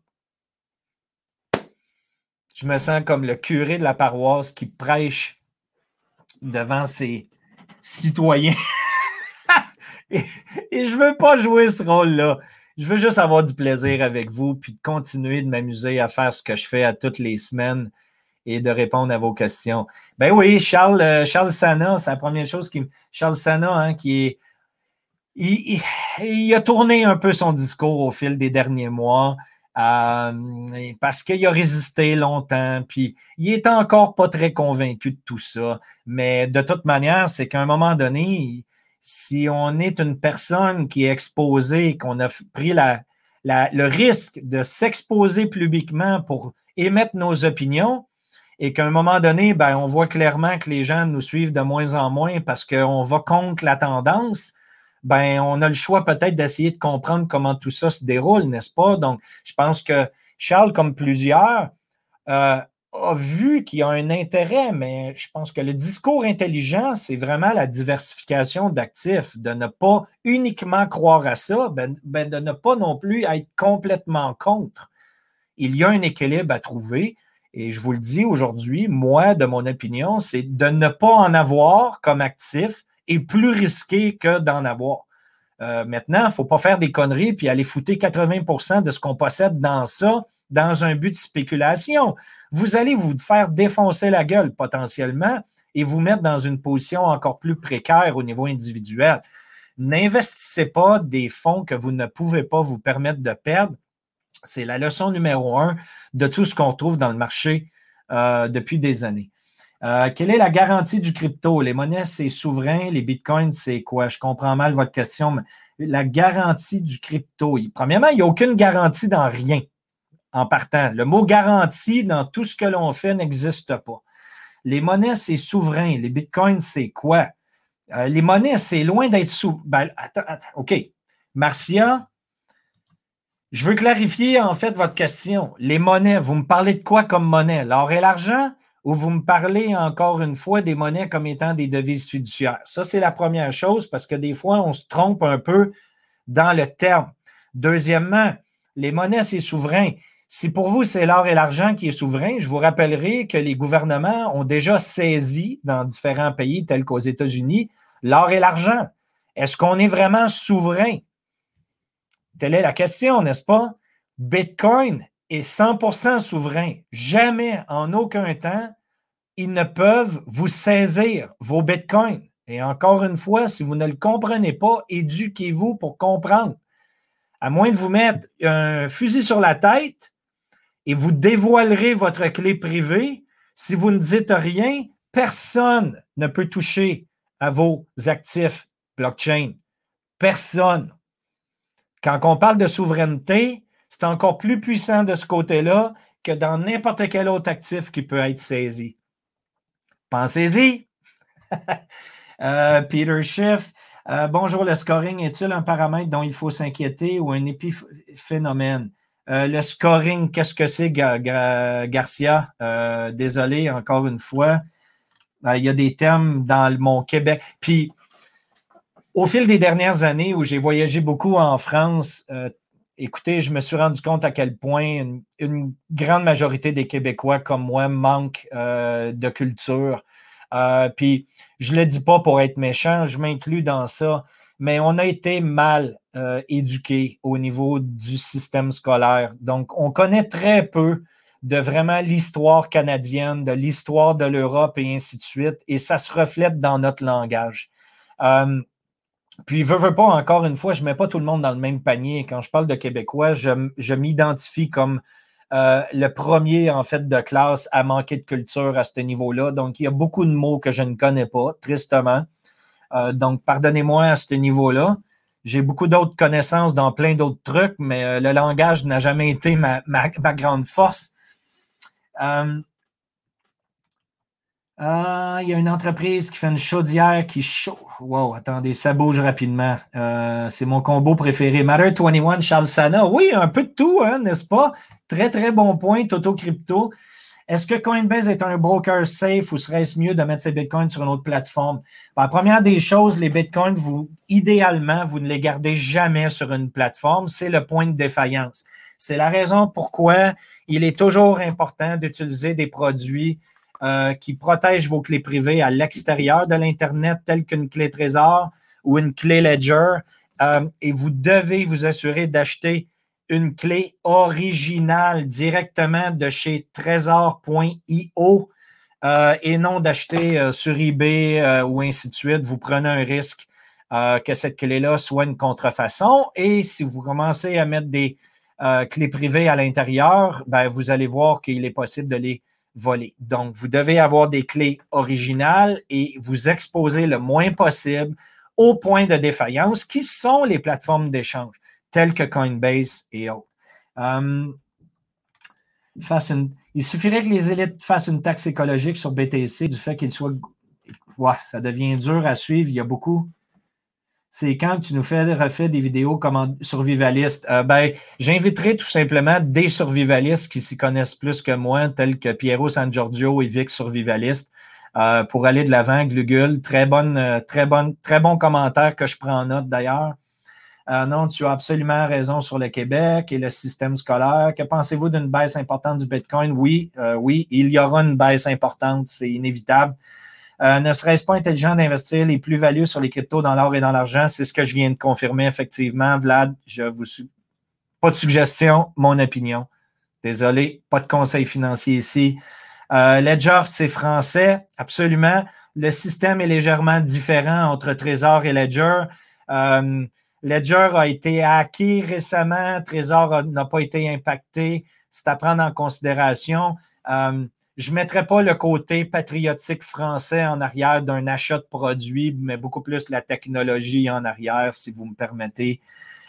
je me sens comme le curé de la paroisse qui prêche devant ses citoyens. et je ne veux pas jouer ce rôle-là. Je veux juste avoir du plaisir avec vous puis continuer de m'amuser à faire ce que je fais à toutes les semaines et de répondre à vos questions. Ben oui, Charles Sana, c'est la première chose qui... Charles Sana, hein, qui est... Il a tourné un peu son discours au fil des derniers mois. Parce qu'il a résisté longtemps, puis il est encore pas très convaincu de tout ça. Mais de toute manière, c'est qu'à un moment donné, si on est une personne qui est exposée, qu'on a pris le risque de s'exposer publiquement pour émettre nos opinions, et qu'à un moment donné, ben, on voit clairement que les gens nous suivent de moins en moins parce qu'on va contre la tendance, ben, on a le choix peut-être d'essayer de comprendre comment tout ça se déroule, n'est-ce pas? Donc, je pense que Charles, comme plusieurs, a vu qu'il y a un intérêt, mais je pense que le discours intelligent, c'est vraiment la diversification d'actifs, de ne pas uniquement croire à ça, de ne pas non plus être complètement contre. Il y a un équilibre à trouver. Et je vous le dis aujourd'hui, moi, de mon opinion, c'est de ne pas en avoir comme actif et plus risqué que d'en avoir. Maintenant, il ne faut pas faire des conneries puis aller foutre 80% de ce qu'on possède dans ça, dans un but de spéculation. Vous allez vous faire défoncer la gueule potentiellement et vous mettre dans une position encore plus précaire au niveau individuel. N'investissez pas des fonds que vous ne pouvez pas vous permettre de perdre. C'est la leçon numéro 1 de tout ce qu'on trouve dans le marché depuis des années. Quelle est la garantie du crypto? Les monnaies, c'est souverain. Les bitcoins, c'est quoi? Je comprends mal votre question, mais la garantie du crypto. Premièrement, il n'y a aucune garantie dans rien en partant. Le mot garantie dans tout ce que l'on fait n'existe pas. Les monnaies, c'est souverain. Les bitcoins, c'est quoi? Les monnaies, c'est loin d'être attends, OK. Marcia, je veux clarifier en fait votre question. Les monnaies, vous me parlez de quoi comme monnaie? L'or et l'argent? Ou vous me parlez encore une fois des monnaies comme étant des devises fiduciaires? Ça, c'est la première chose parce que des fois, on se trompe un peu dans le terme. Deuxièmement, les monnaies, c'est souverain. Si pour vous, c'est l'or et l'argent qui est souverain, je vous rappellerai que les gouvernements ont déjà saisi dans différents pays tels qu'aux États-Unis l'or et l'argent. Est-ce qu'on est vraiment souverain? Telle est la question, n'est-ce pas? Bitcoin est 100% souverain. Jamais, en aucun temps, ils ne peuvent vous saisir vos bitcoins. Et encore une fois, si vous ne le comprenez pas, éduquez-vous pour comprendre. À moins de vous mettre un fusil sur la tête et vous dévoilerez votre clé privée, Si vous ne dites rien, personne ne peut toucher à vos actifs blockchain. Personne. Quand on parle de souveraineté, c'est encore plus puissant de ce côté-là que dans n'importe quel autre actif qui peut être saisi. Pensez-y. Peter Schiff. Bonjour, le scoring est-il un paramètre dont il faut s'inquiéter ou un épiphénomène? Le scoring, qu'est-ce que c'est, Garcia? Désolé, encore une fois. Il y a des termes dans mon Québec. Puis, au fil des dernières années où j'ai voyagé beaucoup en France, écoutez, je me suis rendu compte à quel point une grande majorité des Québécois comme moi manquent de culture. Puis, je ne le dis pas pour être méchant, je m'inclus dans ça, mais on a été mal éduqués au niveau du système scolaire. Donc, on connaît très peu de vraiment l'histoire canadienne, de l'histoire de l'Europe et ainsi de suite, et ça se reflète dans notre langage. Puis, veux pas, encore une fois, je ne mets pas tout le monde dans le même panier. Quand je parle de Québécois, je m'identifie comme le premier, en fait, de classe à manquer de culture à ce niveau-là. Donc, il y a beaucoup de mots que je ne connais pas, tristement. Donc, pardonnez-moi à ce niveau-là. J'ai beaucoup d'autres connaissances dans plein d'autres trucs, mais le langage n'a jamais été ma grande force. Il y a une entreprise qui fait une chaudière qui chauffe. Wow, attendez, ça bouge rapidement. C'est mon combo préféré. Matter 21, Charles Sana. Oui, un peu de tout, hein, n'est-ce pas? Très, très bon point, Toto Crypto. Est-ce que Coinbase est un broker safe ou serait-ce mieux de mettre ses bitcoins sur une autre plateforme? La première des choses, les bitcoins, idéalement, vous ne les gardez jamais sur une plateforme. C'est le point de défaillance. C'est la raison pourquoi il est toujours important d'utiliser des produits qui protègent vos clés privées à l'extérieur de l'Internet, telles qu'une clé Trésor ou une clé Ledger. Et vous devez vous assurer d'acheter une clé originale directement de chez Trésor.io et non d'acheter sur eBay ou ainsi de suite. Vous prenez un risque que cette clé-là soit une contrefaçon. Et si vous commencez à mettre des clés privées à l'intérieur, ben, vous allez voir qu'il est possible de les voler. Donc, vous devez avoir des clés originales et vous exposer le moins possible aux points de défaillance qui sont les plateformes d'échange, telles que Coinbase et autres. Il suffirait que les élites fassent une taxe écologique sur BTC du fait qu'il soit... Ouais, ça devient dur à suivre. Il y a beaucoup... C'est quand tu nous refais des vidéos comme survivalistes. J'inviterai tout simplement des survivalistes qui s'y connaissent plus que moi, tels que Piero San Giorgio et Vic Survivaliste, pour aller de l'avant. Glugul, très bon commentaire que je prends en note d'ailleurs. Non, tu as absolument raison sur le Québec et le système scolaire. Que pensez-vous d'une baisse importante du Bitcoin? Oui, il y aura une baisse importante, c'est inévitable. Ne serait-ce pas intelligent d'investir les plus-values sur les cryptos dans l'or et dans l'argent? C'est ce que je viens de confirmer, effectivement. Vlad, pas de suggestion, mon opinion. Désolé, pas de conseil financier ici. Ledger, c'est français, absolument. Le système est légèrement différent entre Trésor et Ledger. Ledger a été hacké récemment. Trésor n'a pas été impacté. C'est à prendre en considération. Je ne mettrais pas le côté patriotique français en arrière d'un achat de produit, mais beaucoup plus la technologie en arrière, si vous me permettez.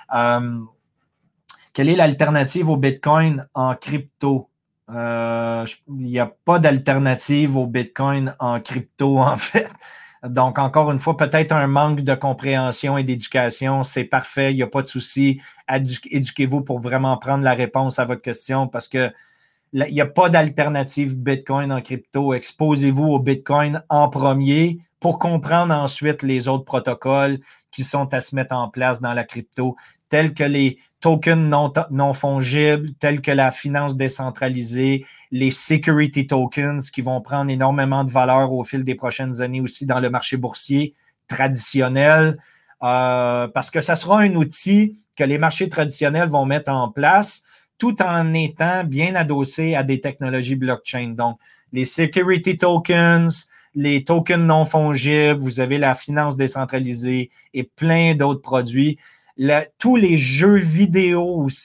Quelle est l'alternative au Bitcoin en crypto? Il n'y a pas d'alternative au Bitcoin en crypto, en fait. Donc, encore une fois, peut-être un manque de compréhension et d'éducation. C'est parfait, il n'y a pas de souci. Éduquez-vous pour vraiment prendre la réponse à votre question parce que il n'y a pas d'alternative Bitcoin en crypto. Exposez-vous au Bitcoin en premier pour comprendre ensuite les autres protocoles qui sont à se mettre en place dans la crypto, tels que les tokens non fongibles, tels que la finance décentralisée, les security tokens qui vont prendre énormément de valeur au fil des prochaines années aussi dans le marché boursier traditionnel, parce que ça sera un outil que les marchés traditionnels vont mettre en place tout en étant bien adossé à des technologies blockchain. Donc, les security tokens, les tokens non fongibles, vous avez la finance décentralisée et plein d'autres produits. Tous les jeux vidéo aussi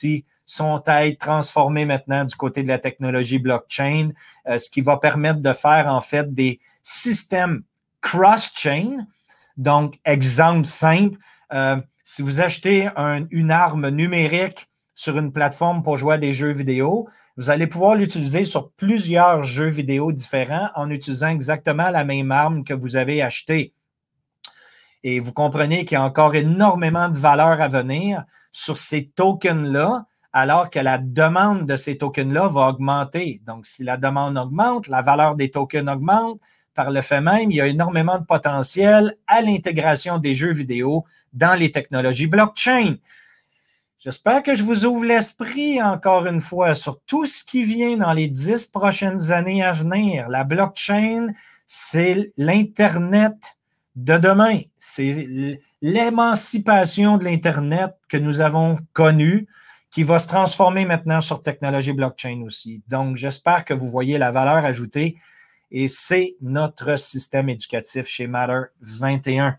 sont à être transformés maintenant du côté de la technologie blockchain, ce qui va permettre de faire en fait des systèmes cross-chain. Donc, exemple simple, si vous achetez une arme numérique sur une plateforme pour jouer à des jeux vidéo, vous allez pouvoir l'utiliser sur plusieurs jeux vidéo différents en utilisant exactement la même arme que vous avez achetée. Et vous comprenez qu'il y a encore énormément de valeur à venir sur ces tokens-là, alors que la demande de ces tokens-là va augmenter. Donc, si la demande augmente, la valeur des tokens augmente. Par le fait même, il y a énormément de potentiel à l'intégration des jeux vidéo dans les technologies blockchain. J'espère que je vous ouvre l'esprit encore une fois sur tout ce qui vient dans les 10 prochaines années à venir. La blockchain, c'est l'Internet de demain. C'est l'émancipation de l'Internet que nous avons connue qui va se transformer maintenant sur technologie blockchain aussi. Donc, j'espère que vous voyez la valeur ajoutée et c'est notre système éducatif chez Matter 21.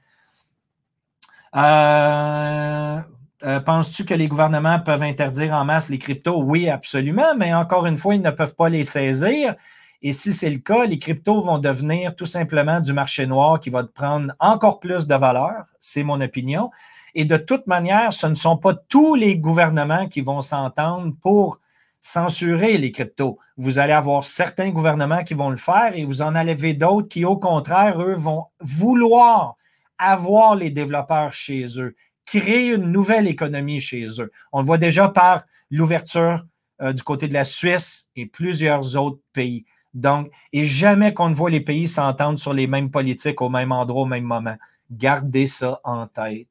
Penses-tu que les gouvernements peuvent interdire en masse les cryptos? Oui, absolument, mais encore une fois, ils ne peuvent pas les saisir. Et si c'est le cas, les cryptos vont devenir tout simplement du marché noir qui va prendre encore plus de valeur. C'est mon opinion. Et de toute manière, ce ne sont pas tous les gouvernements qui vont s'entendre pour censurer les cryptos. Vous allez avoir certains gouvernements qui vont le faire et vous en avez d'autres qui, au contraire, eux, vont vouloir avoir les développeurs chez eux, créer une nouvelle économie chez eux. On le voit déjà par l'ouverture du côté de la Suisse et plusieurs autres pays. Donc, et jamais qu'on ne voit les pays s'entendre sur les mêmes politiques au même endroit, au même moment. Gardez ça en tête.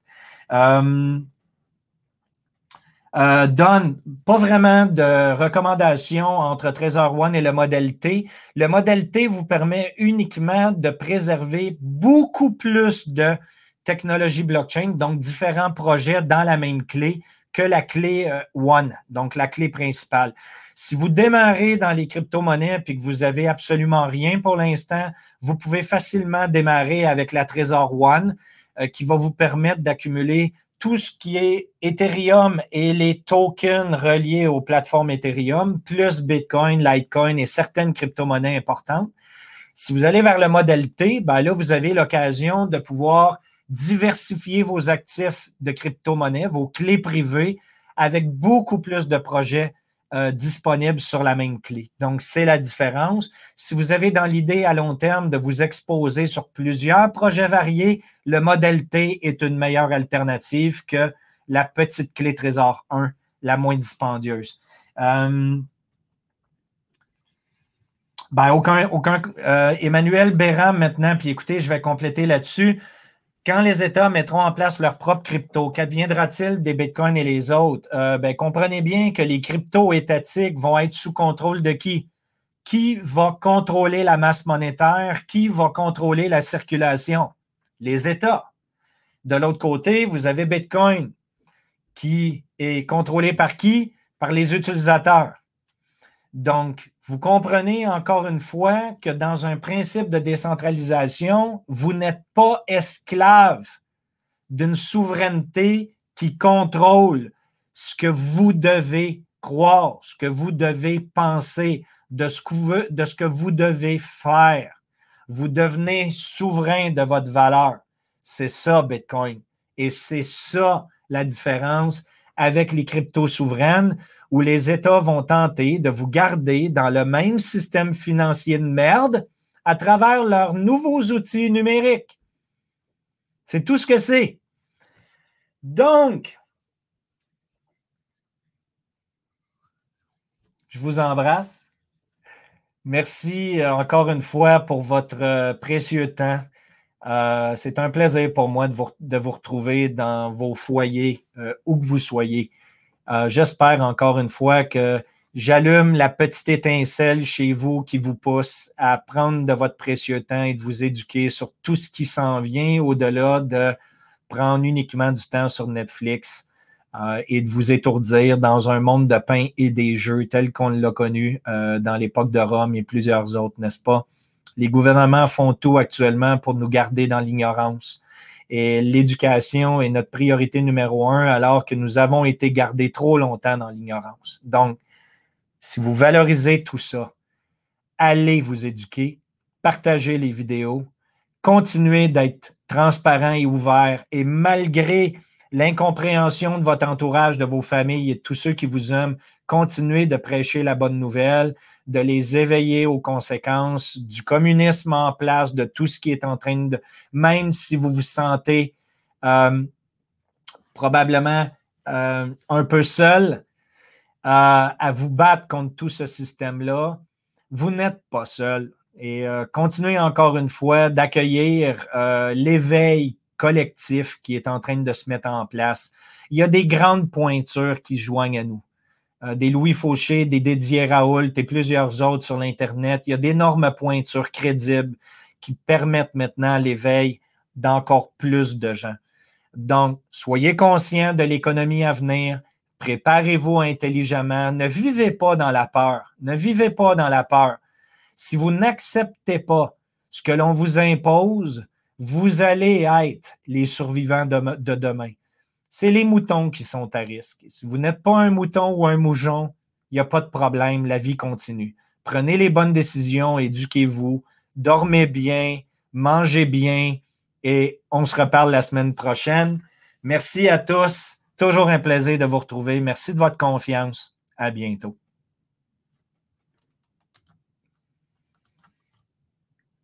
Don, pas vraiment de recommandation entre Trezor One et le modèle T. Le modèle T vous permet uniquement de préserver beaucoup plus de technologie blockchain, donc différents projets dans la même clé que la clé One, donc la clé principale. Si vous démarrez dans les crypto-monnaies et que vous n'avez absolument rien pour l'instant, vous pouvez facilement démarrer avec la Trezor One qui va vous permettre d'accumuler tout ce qui est Ethereum et les tokens reliés aux plateformes Ethereum, plus Bitcoin, Litecoin et certaines crypto-monnaies importantes. Si vous allez vers le modèle T, ben là, vous avez l'occasion de pouvoir diversifier vos actifs de crypto-monnaies, vos clés privées, avec beaucoup plus de projets disponibles sur la même clé. Donc, c'est la différence. Si vous avez dans l'idée à long terme de vous exposer sur plusieurs projets variés, le modèle T est une meilleure alternative que la petite clé Trésor 1, la moins dispendieuse. Emmanuel Béram maintenant, puis écoutez, je vais compléter là-dessus. Quand les États mettront en place leur propre crypto, qu'adviendra-t-il des bitcoins et les autres? Comprenez bien que les cryptos étatiques vont être sous contrôle de qui? Qui va contrôler la masse monétaire? Qui va contrôler la circulation? Les États. De l'autre côté, vous avez Bitcoin qui est contrôlé par qui? Par les utilisateurs. Donc, vous comprenez encore une fois que dans un principe de décentralisation, vous n'êtes pas esclave d'une souveraineté qui contrôle ce que vous devez croire, ce que vous devez penser, de ce que vous devez faire. Vous devenez souverain de votre valeur. C'est ça, Bitcoin. Et c'est ça la différence avec les cryptos souveraines où les États vont tenter de vous garder dans le même système financier de merde à travers leurs nouveaux outils numériques. C'est tout ce que c'est. Donc, je vous embrasse. Merci encore une fois pour votre précieux temps. C'est un plaisir pour moi de vous retrouver dans vos foyers, où que vous soyez. J'espère encore une fois que j'allume la petite étincelle chez vous qui vous pousse à prendre de votre précieux temps et de vous éduquer sur tout ce qui s'en vient au-delà de prendre uniquement du temps sur Netflix et de vous étourdir dans un monde de pain et des jeux tel qu'on l'a connu dans l'époque de Rome et plusieurs autres, n'est-ce pas? Les gouvernements font tout actuellement pour nous garder dans l'ignorance. Et l'éducation est notre priorité numéro 1 alors que nous avons été gardés trop longtemps dans l'ignorance. Donc, si vous valorisez tout ça, allez vous éduquer, partagez les vidéos, continuez d'être transparent et ouvert et malgré l'incompréhension de votre entourage, de vos familles et de tous ceux qui vous aiment, continuez de prêcher la bonne nouvelle, de les éveiller aux conséquences du communisme en place, de tout ce qui est en train de... Même si vous vous sentez probablement un peu seul à vous battre contre tout ce système-là, vous n'êtes pas seul. Et continuez encore une fois d'accueillir l'éveil collectif qui est en train de se mettre en place. Il y a des grandes pointures qui joignent à nous. Des Louis Fauché, des Didier Raoult et plusieurs autres sur l'Internet. Il y a d'énormes pointures crédibles qui permettent maintenant l'éveil d'encore plus de gens. Donc, soyez conscients de l'économie à venir. Préparez-vous intelligemment. Ne vivez pas dans la peur. Ne vivez pas dans la peur. Si vous n'acceptez pas ce que l'on vous impose, vous allez être les survivants de demain. C'est les moutons qui sont à risque. Si vous n'êtes pas un mouton ou un mouton, il n'y a pas de problème, la vie continue. Prenez les bonnes décisions, éduquez-vous, dormez bien, mangez bien et on se reparle la semaine prochaine. Merci à tous. Toujours un plaisir de vous retrouver. Merci de votre confiance. À bientôt.